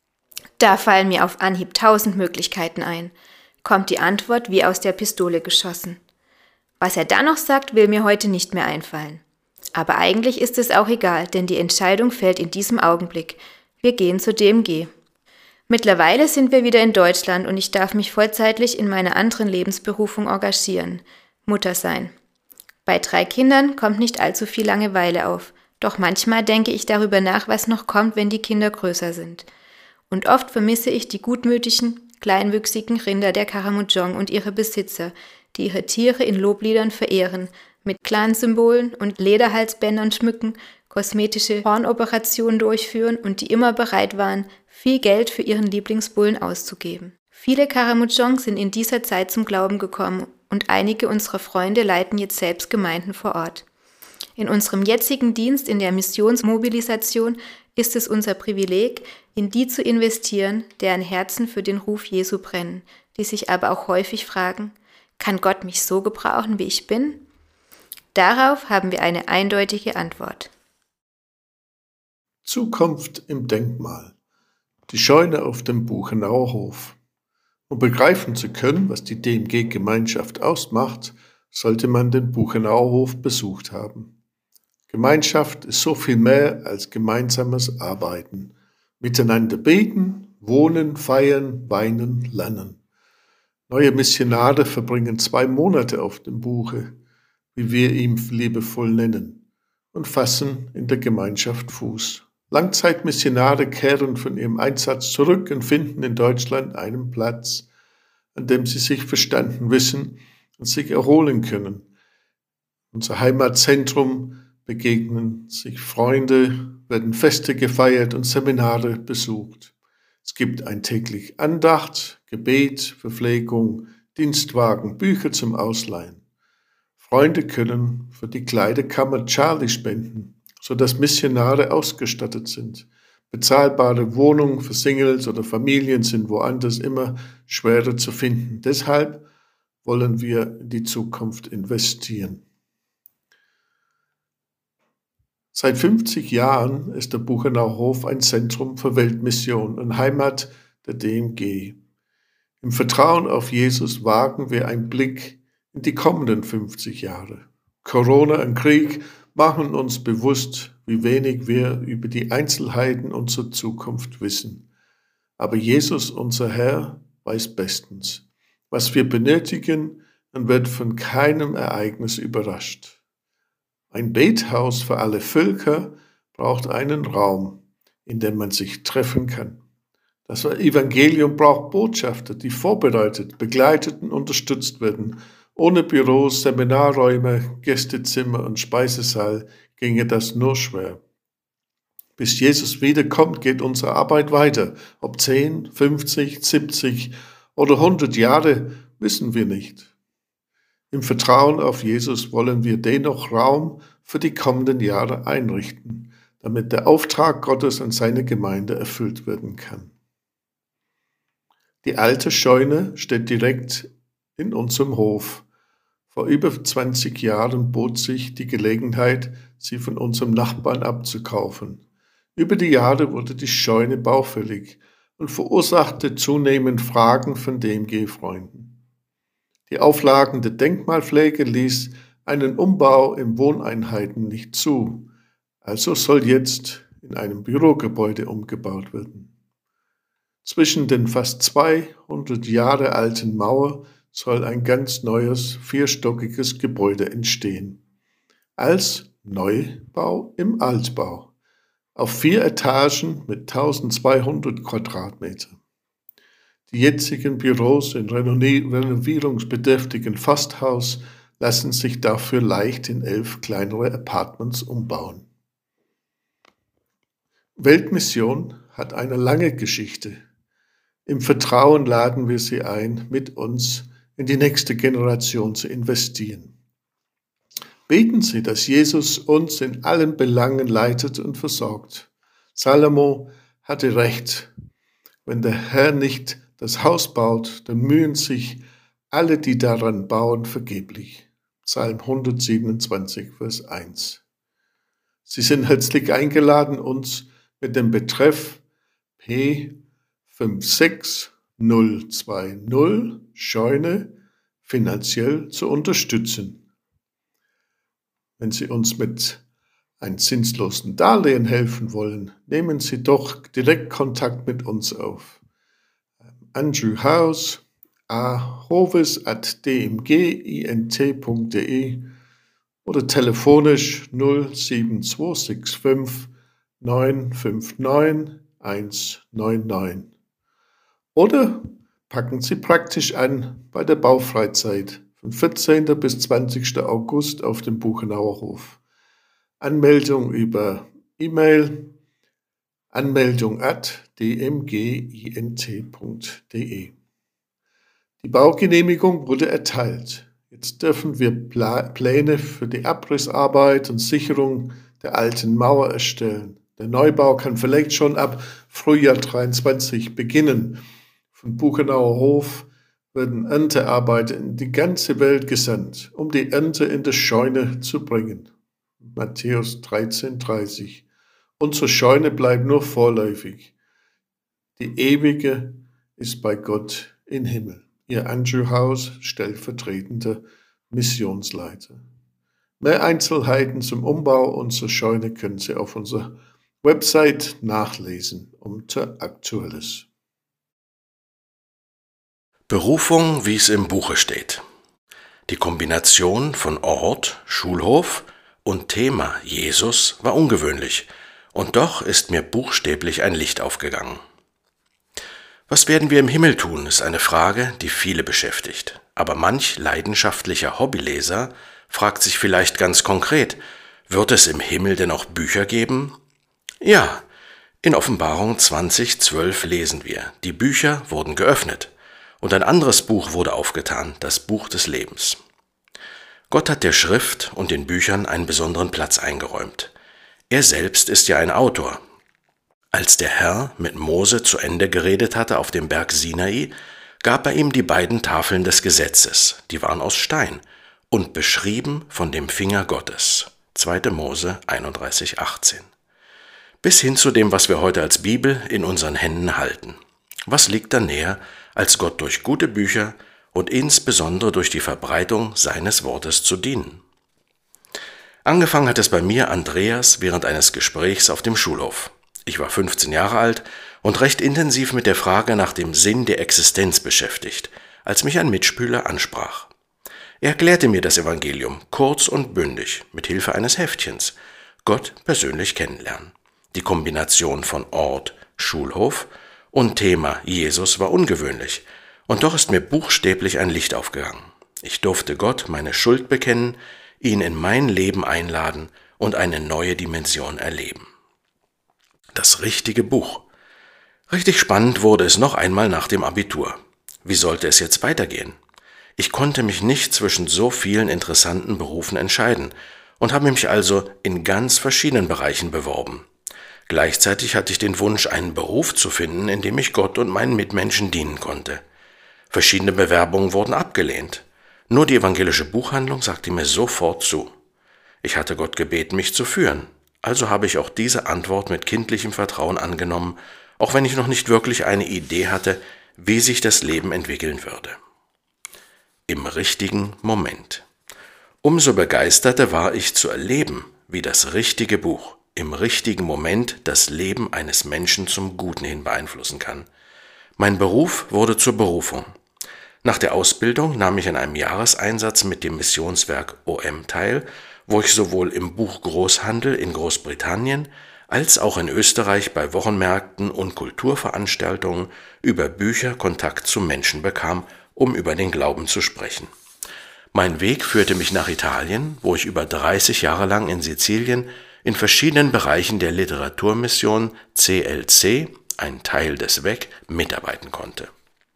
Da fallen mir auf Anhieb tausend Möglichkeiten ein. Kommt die Antwort wie aus der Pistole geschossen. Was er dann noch sagt, will mir heute nicht mehr einfallen. Aber eigentlich ist es auch egal, denn die Entscheidung fällt in diesem Augenblick. Wir gehen zur D M G. Mittlerweile sind wir wieder in Deutschland und ich darf mich vollzeitlich in meiner anderen Lebensberufung engagieren. Mutter sein. Bei drei Kindern kommt nicht allzu viel Langeweile auf. Doch manchmal denke ich darüber nach, was noch kommt, wenn die Kinder größer sind. Und oft vermisse ich die gutmütigen, kleinwüchsigen Rinder der Karamojong und ihre Besitzer, die ihre Tiere in Lobliedern verehren, mit Clan-Symbolen und Lederhalsbändern schmücken, kosmetische Hornoperationen durchführen und die immer bereit waren, viel Geld für ihren Lieblingsbullen auszugeben. Viele Karamojong sind in dieser Zeit zum Glauben gekommen und einige unserer Freunde leiten jetzt selbst Gemeinden vor Ort. In unserem jetzigen Dienst in der Missionsmobilisation ist es unser Privileg, in die zu investieren, deren Herzen für den Ruf Jesu brennen, die sich aber auch häufig fragen, kann Gott mich so gebrauchen, wie ich bin? Darauf haben wir eine eindeutige Antwort. Zukunft im Denkmal. Die Scheune auf dem Buchenauer Hof. Um begreifen zu können, was die D M G-Gemeinschaft ausmacht, sollte man den Buchenauer Hof besucht haben. Gemeinschaft ist so viel mehr als gemeinsames Arbeiten. Miteinander beten, wohnen, feiern, weinen, lernen. Neue Missionare verbringen zwei Monate auf dem Buche, wie wir ihn liebevoll nennen, und fassen in der Gemeinschaft Fuß. Langzeitmissionare kehren von ihrem Einsatz zurück und finden in Deutschland einen Platz, an dem sie sich verstanden wissen und sich erholen können. Unser Heimatzentrum begegnen sich Freunde, werden Feste gefeiert und Seminare besucht. Es gibt ein täglich Andacht, Gebet, Verpflegung, Dienstwagen, Bücher zum Ausleihen. Freunde können für die Kleiderkammer Charlie spenden, sodass Missionare ausgestattet sind. Bezahlbare Wohnungen für Singles oder Familien sind woanders immer schwerer zu finden. Deshalb wollen wir in die Zukunft investieren. Seit fünfzig Jahren ist der Buchenauer Hof ein Zentrum für Weltmission und Heimat der D M G. Im Vertrauen auf Jesus wagen wir einen Blick in die kommenden fünfzig Jahre. Corona und Krieg machen uns bewusst, wie wenig wir über die Einzelheiten unserer Zukunft wissen. Aber Jesus, unser Herr, weiß bestens, was wir benötigen, und wird von keinem Ereignis überrascht. Ein Bethaus für alle Völker braucht einen Raum, in dem man sich treffen kann. Das Evangelium braucht Botschafter, die vorbereitet, begleitet und unterstützt werden. Ohne Büros, Seminarräume, Gästezimmer und Speisesaal ginge das nur schwer. Bis Jesus wiederkommt, geht unsere Arbeit weiter. Ob zehn, fünfzig, siebzig oder hundert Jahre, wissen wir nicht. Im Vertrauen auf Jesus wollen wir dennoch Raum für die kommenden Jahre einrichten, damit der Auftrag Gottes an seine Gemeinde erfüllt werden kann. Die alte Scheune steht direkt in unserem Hof. Vor über zwanzig Jahren bot sich die Gelegenheit, sie von unserem Nachbarn abzukaufen. Über die Jahre wurde die Scheune baufällig und verursachte zunehmend Fragen von D M G-Freunden. Die Auflagen der Denkmalpflege ließ einen Umbau in Wohneinheiten nicht zu, also soll jetzt in einem Bürogebäude umgebaut werden. Zwischen den fast zweihundert Jahre alten Mauern soll ein ganz neues, vierstockiges Gebäude entstehen. Als Neubau im Altbau. Auf vier Etagen mit eintausendzweihundert Quadratmeter. Die jetzigen Büros im renovierungsbedürftigen Forsthaus lassen sich dafür leicht in elf kleinere Apartments umbauen. Weltmission hat eine lange Geschichte. Im Vertrauen laden wir sie ein, mit uns in die nächste Generation zu investieren. Beten Sie, dass Jesus uns in allen Belangen leitet und versorgt. Salomo hatte recht. Wenn der Herr nicht das Haus baut, dann mühen sich alle, die daran bauen, vergeblich. Psalm hundertsiebenundzwanzig, Vers eins. Sie sind herzlich eingeladen, uns mit dem Betreff P fünf sechs null zwei null Scheune finanziell zu unterstützen. Wenn Sie uns mit einem zinslosen Darlehen helfen wollen, nehmen Sie doch direkt Kontakt mit uns auf. Andrew House, a hoves at d m g int punkt d e oder telefonisch null sieben zwei sechs fünf neun fünf neun eins neun neun. Oder packen Sie praktisch an bei der Baufreizeit von vierzehnten bis zwanzigsten August auf dem Buchenauer Hof. Anmeldung über E-Mail, anmeldung at d m g i n t punkt d e. Die Baugenehmigung wurde erteilt. Jetzt dürfen wir Pla- Pläne für die Abrissarbeit und Sicherung der alten Mauer erstellen. Der Neubau kann vielleicht schon ab Frühjahr dreiundzwanzig beginnen. Vom Buchenauer Hof werden Erntearbeiter in die ganze Welt gesandt, um die Ernte in die Scheune zu bringen. Matthäus dreizehn dreißig. Unsere Scheune bleibt nur vorläufig. Die ewige ist bei Gott im Himmel. Ihr Andrew House, stellvertretender Missionsleiter. Mehr Einzelheiten zum Umbau unserer Scheune können Sie auf unserer Website nachlesen unter Aktuelles. Berufung, wie es im Buche steht. Die Kombination von Ort, Schulhof und Thema Jesus war ungewöhnlich, und doch ist mir buchstäblich ein Licht aufgegangen. Was werden wir im Himmel tun, ist eine Frage, die viele beschäftigt. Aber manch leidenschaftlicher Hobbyleser fragt sich vielleicht ganz konkret, wird es im Himmel denn auch Bücher geben? Ja, in Offenbarung zwanzig zwölf lesen wir, die Bücher wurden geöffnet und ein anderes Buch wurde aufgetan, das Buch des Lebens. Gott hat der Schrift und den Büchern einen besonderen Platz eingeräumt. Er selbst ist ja ein Autor. Als der Herr mit Mose zu Ende geredet hatte auf dem Berg Sinai, gab er ihm die beiden Tafeln des Gesetzes, die waren aus Stein und beschrieben von dem Finger Gottes. zweiter Mose einunddreißig achtzehn. Bis hin zu dem, was wir heute als Bibel in unseren Händen halten. Was liegt da näher, als Gott durch gute Bücher und insbesondere durch die Verbreitung seines Wortes zu dienen? Angefangen hat es bei mir Andreas während eines Gesprächs auf dem Schulhof. Ich war fünfzehn Jahre alt und recht intensiv mit der Frage nach dem Sinn der Existenz beschäftigt, als mich ein Mitschüler ansprach. Er erklärte mir das Evangelium kurz und bündig mit Hilfe eines Heftchens. Gott persönlich kennenlernen. Die Kombination von Ort, Schulhof und Thema Jesus war ungewöhnlich, und doch ist mir buchstäblich ein Licht aufgegangen. Ich durfte Gott meine Schuld bekennen, ihn in mein Leben einladen und eine neue Dimension erleben. Das richtige Buch. Richtig spannend wurde es noch einmal nach dem Abitur. Wie sollte es jetzt weitergehen? Ich konnte mich nicht zwischen so vielen interessanten Berufen entscheiden und habe mich also in ganz verschiedenen Bereichen beworben. Gleichzeitig hatte ich den Wunsch, einen Beruf zu finden, in dem ich Gott und meinen Mitmenschen dienen konnte. Verschiedene Bewerbungen wurden abgelehnt. Nur die evangelische Buchhandlung sagte mir sofort zu. Ich hatte Gott gebeten, mich zu führen. Also habe ich auch diese Antwort mit kindlichem Vertrauen angenommen, auch wenn ich noch nicht wirklich eine Idee hatte, wie sich das Leben entwickeln würde. Im richtigen Moment. Umso begeisterter war ich zu erleben, wie das richtige Buch im richtigen Moment das Leben eines Menschen zum Guten hin beeinflussen kann. Mein Beruf wurde zur Berufung. Nach der Ausbildung nahm ich an einem Jahreseinsatz mit dem Missionswerk O M teil, wo ich sowohl im Buchgroßhandel in Großbritannien als auch in Österreich bei Wochenmärkten und Kulturveranstaltungen über Bücher Kontakt zu Menschen bekam, um über den Glauben zu sprechen. Mein Weg führte mich nach Italien, wo ich über dreißig Jahre lang in Sizilien in verschiedenen Bereichen der Literaturmission C L C, ein Teil des W E C, mitarbeiten konnte.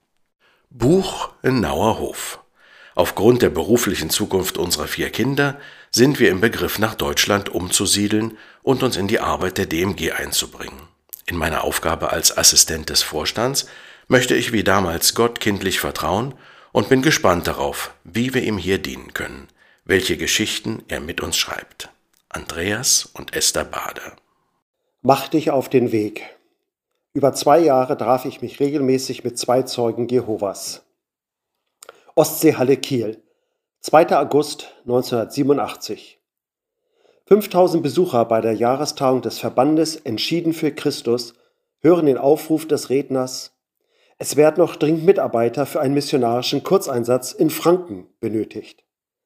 Buch in Nauerhof. Aufgrund der beruflichen Zukunft unserer vier Kinder sind wir im Begriff, nach Deutschland umzusiedeln und uns in die Arbeit der D M G einzubringen. In meiner Aufgabe als Assistent des Vorstands möchte ich wie damals Gott kindlich vertrauen und bin gespannt darauf, wie wir ihm hier dienen können, welche Geschichten er mit uns schreibt. Andreas und Esther Bader. Mach dich auf den Weg. Über zwei Jahre traf ich mich regelmäßig mit zwei Zeugen Jehovas. Ostseehalle Kiel, zweiter August neunzehnhundertsiebenundachtzig. fünftausend Besucher bei der Jahrestagung des Verbandes Entschieden für Christus hören den Aufruf des Redners: Es werden noch dringend Mitarbeiter für einen missionarischen Kurzeinsatz in Franken benötigt.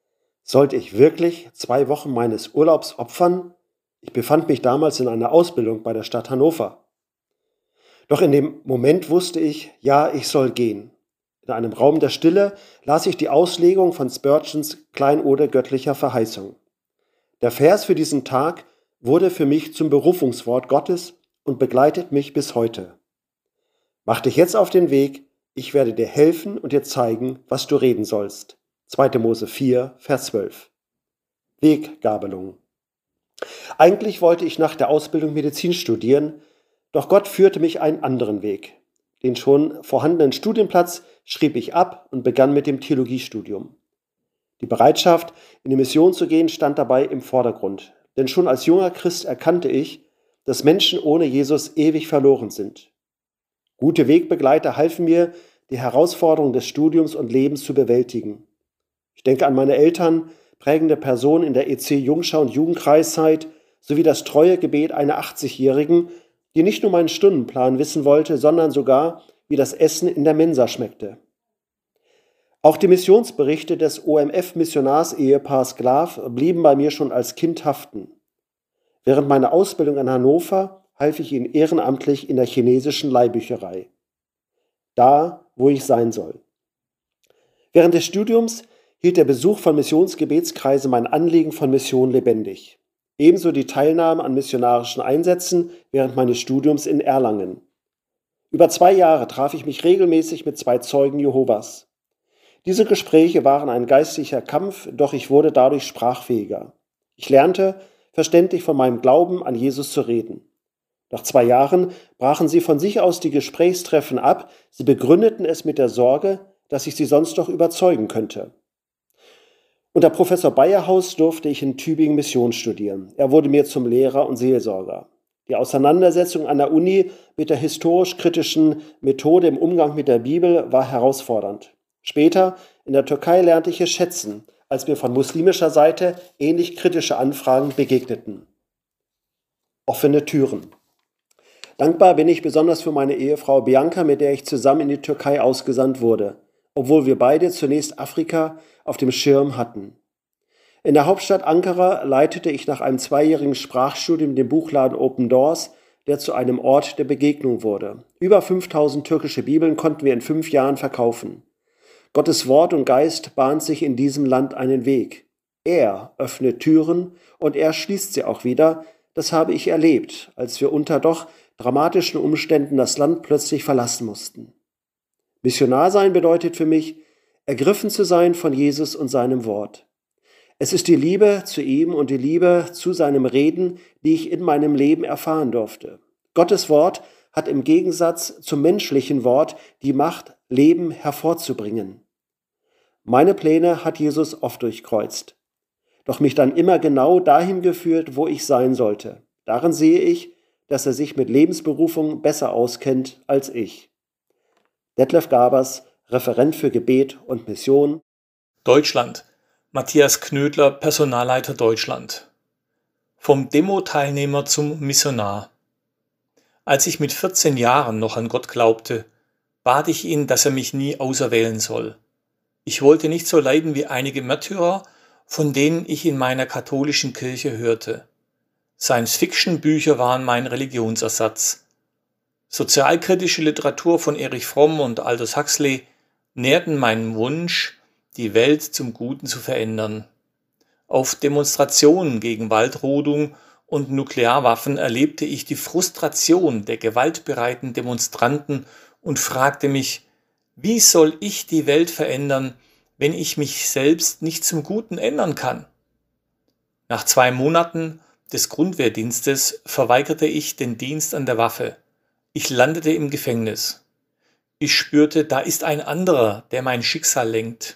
Sollte ich wirklich zwei Wochen meines Urlaubs opfern? Ich befand mich damals in einer Ausbildung bei der Stadt Hannover. Doch in dem Moment wusste ich, ja, ich soll gehen. In einem Raum der Stille las ich die Auslegung von Spurgeons Kleinode göttlicher Verheißung. Der Vers für diesen Tag wurde für mich zum Berufungswort Gottes und begleitet mich bis heute. Mach dich jetzt auf den Weg, ich werde dir helfen und dir zeigen, was du reden sollst. zweiter Mose vier, Vers zwölf. Weggabelung. Eigentlich wollte ich nach der Ausbildung Medizin studieren, doch Gott führte mich einen anderen Weg. Den schon vorhandenen Studienplatz schrieb ich ab und begann mit dem Theologiestudium. Die Bereitschaft, in die Mission zu gehen, stand dabei im Vordergrund. Denn schon als junger Christ erkannte ich, dass Menschen ohne Jesus ewig verloren sind. Gute Wegbegleiter halfen mir, die Herausforderungen des Studiums und Lebens zu bewältigen. Ich denke an meine Eltern, prägende Personen in der E C Jungschau und Jugendkreiszeit, sowie das treue Gebet einer achtzigjährigen, die nicht nur meinen Stundenplan wissen wollte, sondern sogar, wie das Essen in der Mensa schmeckte. Auch die Missionsberichte des O M F-Missionarsehepaars Glav blieben bei mir schon als Kind haften. Während meiner Ausbildung in Hannover half ich ihnen ehrenamtlich in der chinesischen Leihbücherei. Da, wo ich sein soll. Während des Studiums hielt der Besuch von Missionsgebetskreisen mein Anliegen von Mission lebendig. Ebenso die Teilnahme an missionarischen Einsätzen während meines Studiums in Erlangen. Über zwei Jahre traf ich mich regelmäßig mit zwei Zeugen Jehovas. Diese Gespräche waren ein geistlicher Kampf, doch ich wurde dadurch sprachfähiger. Ich lernte, verständlich von meinem Glauben an Jesus zu reden. Nach zwei Jahren brachen sie von sich aus die Gesprächstreffen ab, sie begründeten es mit der Sorge, dass ich sie sonst doch überzeugen könnte. Unter Professor Bayerhaus durfte ich in Tübingen Mission studieren. Er wurde mir zum Lehrer und Seelsorger. Die Auseinandersetzung an der Uni mit der historisch-kritischen Methode im Umgang mit der Bibel war herausfordernd. Später in der Türkei lernte ich es schätzen, als mir von muslimischer Seite ähnlich kritische Anfragen begegneten. Offene Türen. Dankbar bin ich besonders für meine Ehefrau Bianca, mit der ich zusammen in die Türkei ausgesandt wurde, obwohl wir beide zunächst Afrika auf dem Schirm hatten. In der Hauptstadt Ankara leitete ich nach einem zweijährigen Sprachstudium den Buchladen Open Doors, der zu einem Ort der Begegnung wurde. Über fünftausend türkische Bibeln konnten wir in fünf Jahren verkaufen. Gottes Wort und Geist bahnt sich in diesem Land einen Weg. Er öffnet Türen und er schließt sie auch wieder. Das habe ich erlebt, als wir unter doch dramatischen Umständen das Land plötzlich verlassen mussten. Missionar sein bedeutet für mich, ergriffen zu sein von Jesus und seinem Wort. Es ist die Liebe zu ihm und die Liebe zu seinem Reden, die ich in meinem Leben erfahren durfte. Gottes Wort hat im Gegensatz zum menschlichen Wort die Macht, Leben hervorzubringen. Meine Pläne hat Jesus oft durchkreuzt, doch mich dann immer genau dahin geführt, wo ich sein sollte. Darin sehe ich, dass er sich mit Lebensberufung besser auskennt als ich. Detlef Gabers, Referent für Gebet und Mission. Deutschland. Matthias Knödler, Personalleiter Deutschland. Vom Demo-Teilnehmer zum Missionar. Als ich mit vierzehn Jahren noch an Gott glaubte, bat ich ihn, dass er mich nie auserwählen soll. Ich wollte nicht so leiden wie einige Märtyrer, von denen ich in meiner katholischen Kirche hörte. Science-Fiction-Bücher waren mein Religionsersatz. Sozialkritische Literatur von Erich Fromm und Aldous Huxley nährten meinen Wunsch, die Welt zum Guten zu verändern. Auf Demonstrationen gegen Waldrodung und Nuklearwaffen erlebte ich die Frustration der gewaltbereiten Demonstranten und fragte mich, wie soll ich die Welt verändern, wenn ich mich selbst nicht zum Guten ändern kann? Nach zwei Monaten des Grundwehrdienstes verweigerte ich den Dienst an der Waffe. Ich landete im Gefängnis. Ich spürte, da ist ein anderer, der mein Schicksal lenkt.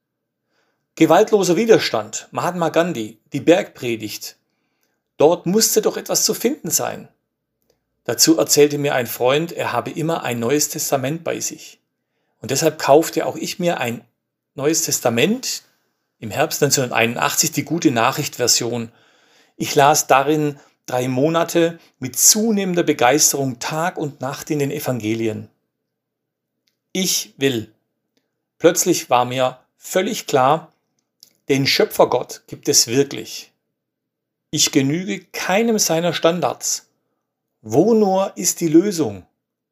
Gewaltloser Widerstand, Mahatma Gandhi, die Bergpredigt. Dort musste doch etwas zu finden sein. Dazu erzählte mir ein Freund, er habe immer ein Neues Testament bei sich. Und deshalb kaufte auch ich mir ein Neues Testament, im Herbst neunzehnhunderteinundachtzig die Gute Nachricht-Version. Ich las darin drei Monate mit zunehmender Begeisterung Tag und Nacht in den Evangelien. Ich will. Plötzlich war mir völlig klar, Den Schöpfergott gibt es wirklich. Ich genüge keinem seiner Standards. Wo nur ist die Lösung?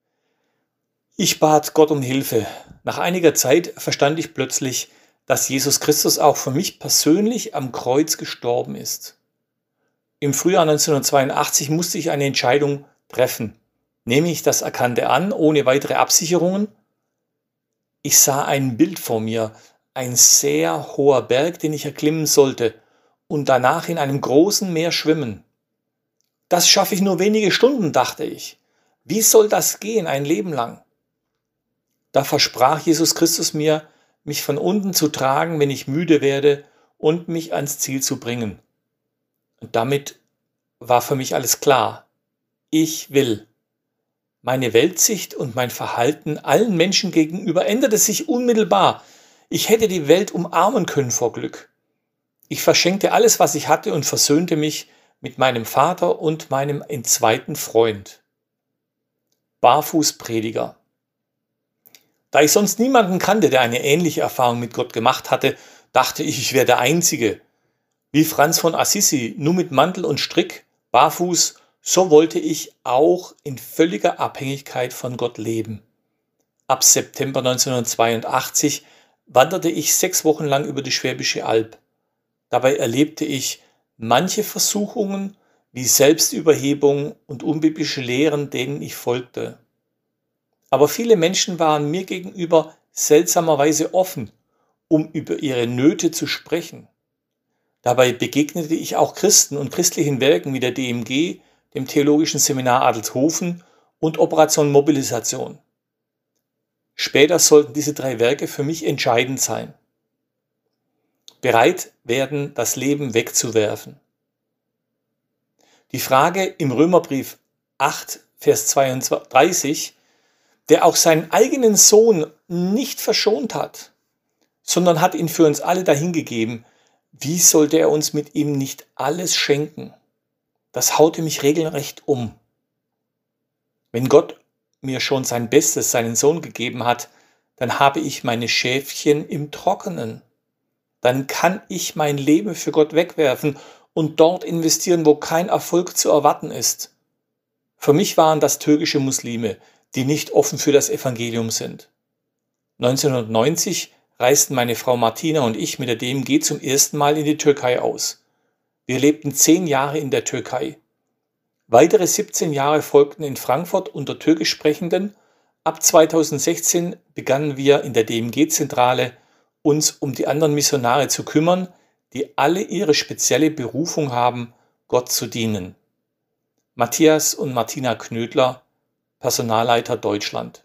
Ich bat Gott um Hilfe. Nach einiger Zeit verstand ich plötzlich, dass Jesus Christus auch für mich persönlich am Kreuz gestorben ist. Im Frühjahr neunzehnhundertzweiundachtzig musste ich eine Entscheidung treffen. Nehme ich das Erkannte an, ohne weitere Absicherungen? Ich sah ein Bild vor mir, ein sehr hoher Berg, den ich erklimmen sollte und danach in einem großen Meer schwimmen. Das schaffe ich nur wenige Stunden, dachte ich. Wie soll das gehen, ein Leben lang? Da versprach Jesus Christus mir, mich von unten zu tragen, wenn ich müde werde, und mich ans Ziel zu bringen. Und damit war für mich alles klar. Ich will. Meine Weltsicht und mein Verhalten allen Menschen gegenüber änderte sich unmittelbar. Ich hätte die Welt umarmen können vor Glück. Ich verschenkte alles, was ich hatte, und versöhnte mich mit meinem Vater und meinem entzweiten Freund. Barfußprediger. Da ich sonst niemanden kannte, der eine ähnliche Erfahrung mit Gott gemacht hatte, dachte ich, ich wäre der Einzige. Wie Franz von Assisi, nur mit Mantel und Strick, barfuß, so wollte ich auch in völliger Abhängigkeit von Gott leben. Ab September neunzehnhundertzweiundachtzig wanderte ich sechs Wochen lang über die Schwäbische Alb. Dabei erlebte ich manche Versuchungen wie Selbstüberhebung und unbiblische Lehren, denen ich folgte. Aber viele Menschen waren mir gegenüber seltsamerweise offen, um über ihre Nöte zu sprechen. Dabei begegnete ich auch Christen und christlichen Werken wie der D M G, dem Theologischen Seminar Adelshofen und Operation Mobilisation. Später sollten diese drei Werke für mich entscheidend sein. Bereit werden, das Leben wegzuwerfen. Die Frage im Römerbrief acht, Vers zweiunddreißig, der auch seinen eigenen Sohn nicht verschont hat, sondern hat ihn für uns alle dahingegeben, wie sollte er uns mit ihm nicht alles schenken? Das haute mich regelrecht um. Wenn Gott mir schon sein Bestes, seinen Sohn gegeben hat, dann habe ich meine Schäfchen im Trockenen. Dann kann ich mein Leben für Gott wegwerfen und dort investieren, wo kein Erfolg zu erwarten ist. Für mich waren das türkische Muslime, die nicht offen für das Evangelium sind. neunzehnhundertneunzig reisten meine Frau Martina und ich mit der D M G zum ersten Mal in die Türkei aus. Wir lebten zehn Jahre in der Türkei. Weitere siebzehn Jahre folgten in Frankfurt unter türkisch Sprechenden. Ab zweitausendsechzehn begannen wir in der D M G-Zentrale uns um die anderen Missionare zu kümmern, die alle ihre spezielle Berufung haben, Gott zu dienen. Matthias und Martina Knödler, Personalleiter Deutschland.